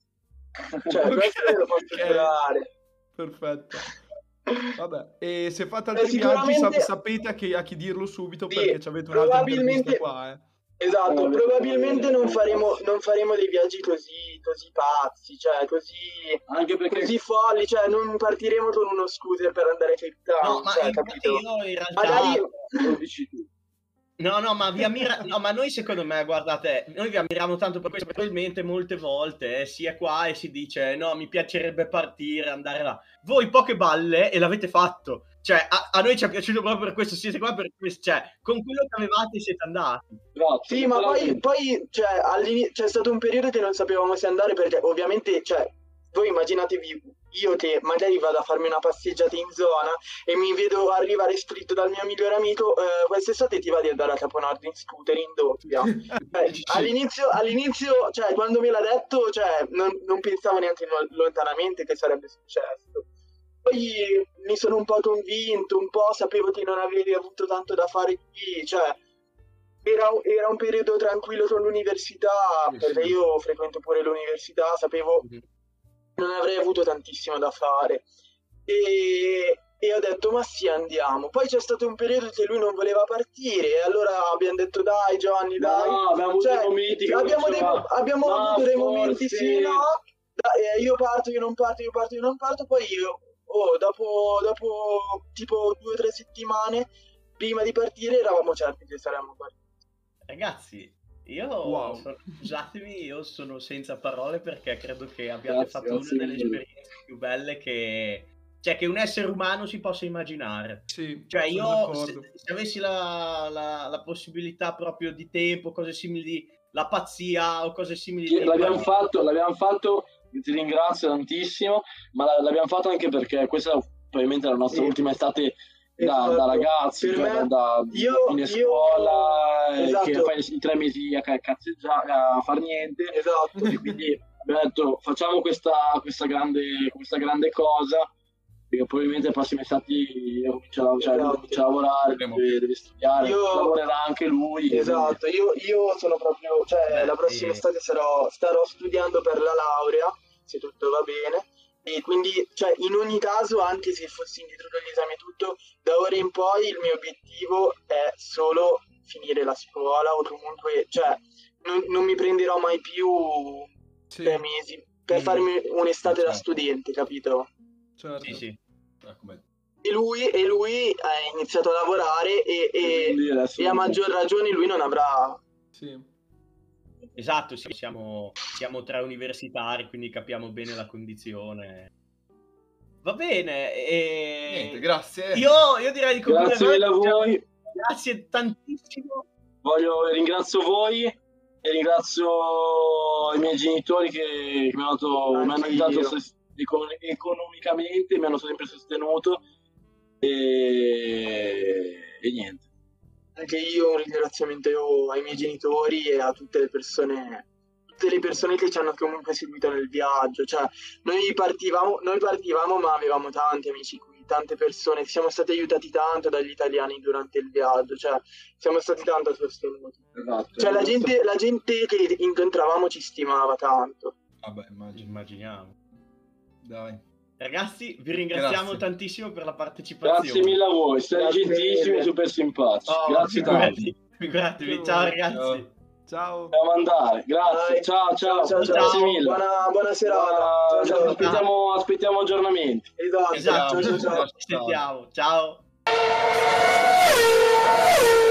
Cioè, Ok, questo ve lo posso ok. giurare. Perfetto. Vabbè, e se fate Eh, altri viaggi sicuramente- sap- sapete a chi, a chi dirlo subito Sì, perché ci avete un'altra probabilmente- intervista qua, eh. Esatto, Eh, probabilmente eh, non eh, faremo, non faremo dei viaggi così, così pazzi, cioè così, Anche perché così folli, cioè non partiremo con uno scooter per andare a Cape Town, No, ma cioè, infatti capito? io in realtà... Magari lo dici tu. No, no, ma vi ammira... no, ma noi secondo me, guardate, noi vi ammiriamo tanto per questo, probabilmente molte volte eh, si è qua e si dice no, mi piacerebbe partire, andare là. Voi poche balle e l'avete fatto. Cioè, a, a noi ci è piaciuto proprio per questo, siete qua per questo, cioè, con quello che avevate siete andati. Grazie. Sì, ma poi, veramente. poi cioè, all'ini- c'è stato un periodo che non sapevamo se andare perché ovviamente, cioè, voi immaginatevi io che magari vado a farmi una passeggiata in zona e mi vedo arrivare scritto dal mio migliore amico eh, quest'estate ti va di andare a Capo Nord in scooter in doppia. Cioè, all'inizio, all'inizio, cioè, quando me l'ha detto, cioè, non, non pensavo neanche no- lontanamente che sarebbe successo. Poi mi sono un po' convinto, un po' sapevo che non avevi avuto tanto da fare qui, cioè era, era un periodo tranquillo con l'università, Sì, perché sì. io frequento pure l'università, sapevo non avrei avuto tantissimo da fare e, e ho detto ma sì andiamo. Poi c'è stato un periodo che lui non voleva partire e allora abbiamo detto dai Giovanni dai, No, abbiamo avuto Cioè, dei momenti che abbiamo, dei, diceva, abbiamo "Ma avuto dei momenti forse-" sì no dai, eh, io parto io non parto io parto io non parto poi io oh, dopo, dopo tipo due o tre settimane prima di partire eravamo certi che saremmo partiti. Ragazzi, io, Wow. sono- scusatemi, io sono senza parole perché credo che abbiate Grazie, fatto grazie una delle mille. esperienze più belle che, cioè, che un essere umano si possa immaginare. Sì, Cioè, sono io d'accordo. se, se avessi la, la- la possibilità proprio di tempo, cose simili, la pazzia o cose simili Sì, di l'abbiamo fatto, l'abbiamo fatto, ti ringrazio tantissimo, ma la- l'abbiamo fatto anche perché questa probabilmente è la nostra Sì. ultima estate da, Esatto. da ragazzi, Per cioè me- da, da io- fine io- scuola, eh, esatto. che fai i tre mesi a ca- cazzeggiare, a far niente, Esatto. e quindi abbiamo detto facciamo questa, questa, grande, questa grande cosa, perché probabilmente i prossimi estati comincia a, cioè, lui Esatto. comincia a lavorare, deve, deve studiare, Io- lavorerà anche lui. Esatto, io, io sono proprio, cioè Beh, la prossima sì. estate sarò, starò studiando per la laurea, se tutto va bene, e quindi, cioè, in ogni caso, anche se fossi indietro dagli esami e tutto, da ora in poi il mio obiettivo è solo finire la scuola o comunque, cioè, non, non mi prenderò mai più Sì, tre mesi per Mm. farmi un'estate da Certo. studente, capito? certo. Sì, sì. Eh, come- E lui, e lui ha iniziato a lavorare e, e, Quindi adesso- e a maggior ragione lui non avrà... Sì. Esatto, sì, siamo, siamo tre universitari, quindi capiamo bene la condizione. Va bene, e... Niente, grazie. Io, io direi di concludere. Grazie mille a voi. Grazie tantissimo. Voglio ringrazio voi e ringrazio i miei genitori che, che mi hanno, dato- mi hanno Anche aiutato io. sos- econ- economicamente, mi hanno sempre sostenuto e, e niente. Anche io un ringraziamento ai miei genitori e a tutte le persone, tutte le persone che ci hanno comunque seguito nel viaggio. Cioè, noi partivamo, noi partivamo, ma avevamo tanti amici qui, tante persone. Siamo stati aiutati tanto dagli italiani durante il viaggio. Cioè, siamo stati tanto sostenuti. Esatto. Cioè, la gente, la gente che incontravamo ci stimava tanto. Vabbè, immagino. Immaginiamo. Dai. Ragazzi, vi ringraziamo Grazie. tantissimo per la partecipazione. Grazie mille a voi, siete Grazie gentilissimi mille. e super simpatici. Oh, Grazie tanto. figurati, figuratevi. Ciao ragazzi. Ciao. Dobbiamo andare. Grazie. Dai. Ciao, ciao, Ciao, ciao, grazie ciao. mille. Buona, buona serata. Buona- Ciao, ciao. Aspettiamo, aspettiamo aggiornamenti. Esatto, Esatto, ciao, ciao, ciao. ci sentiamo. Ciao.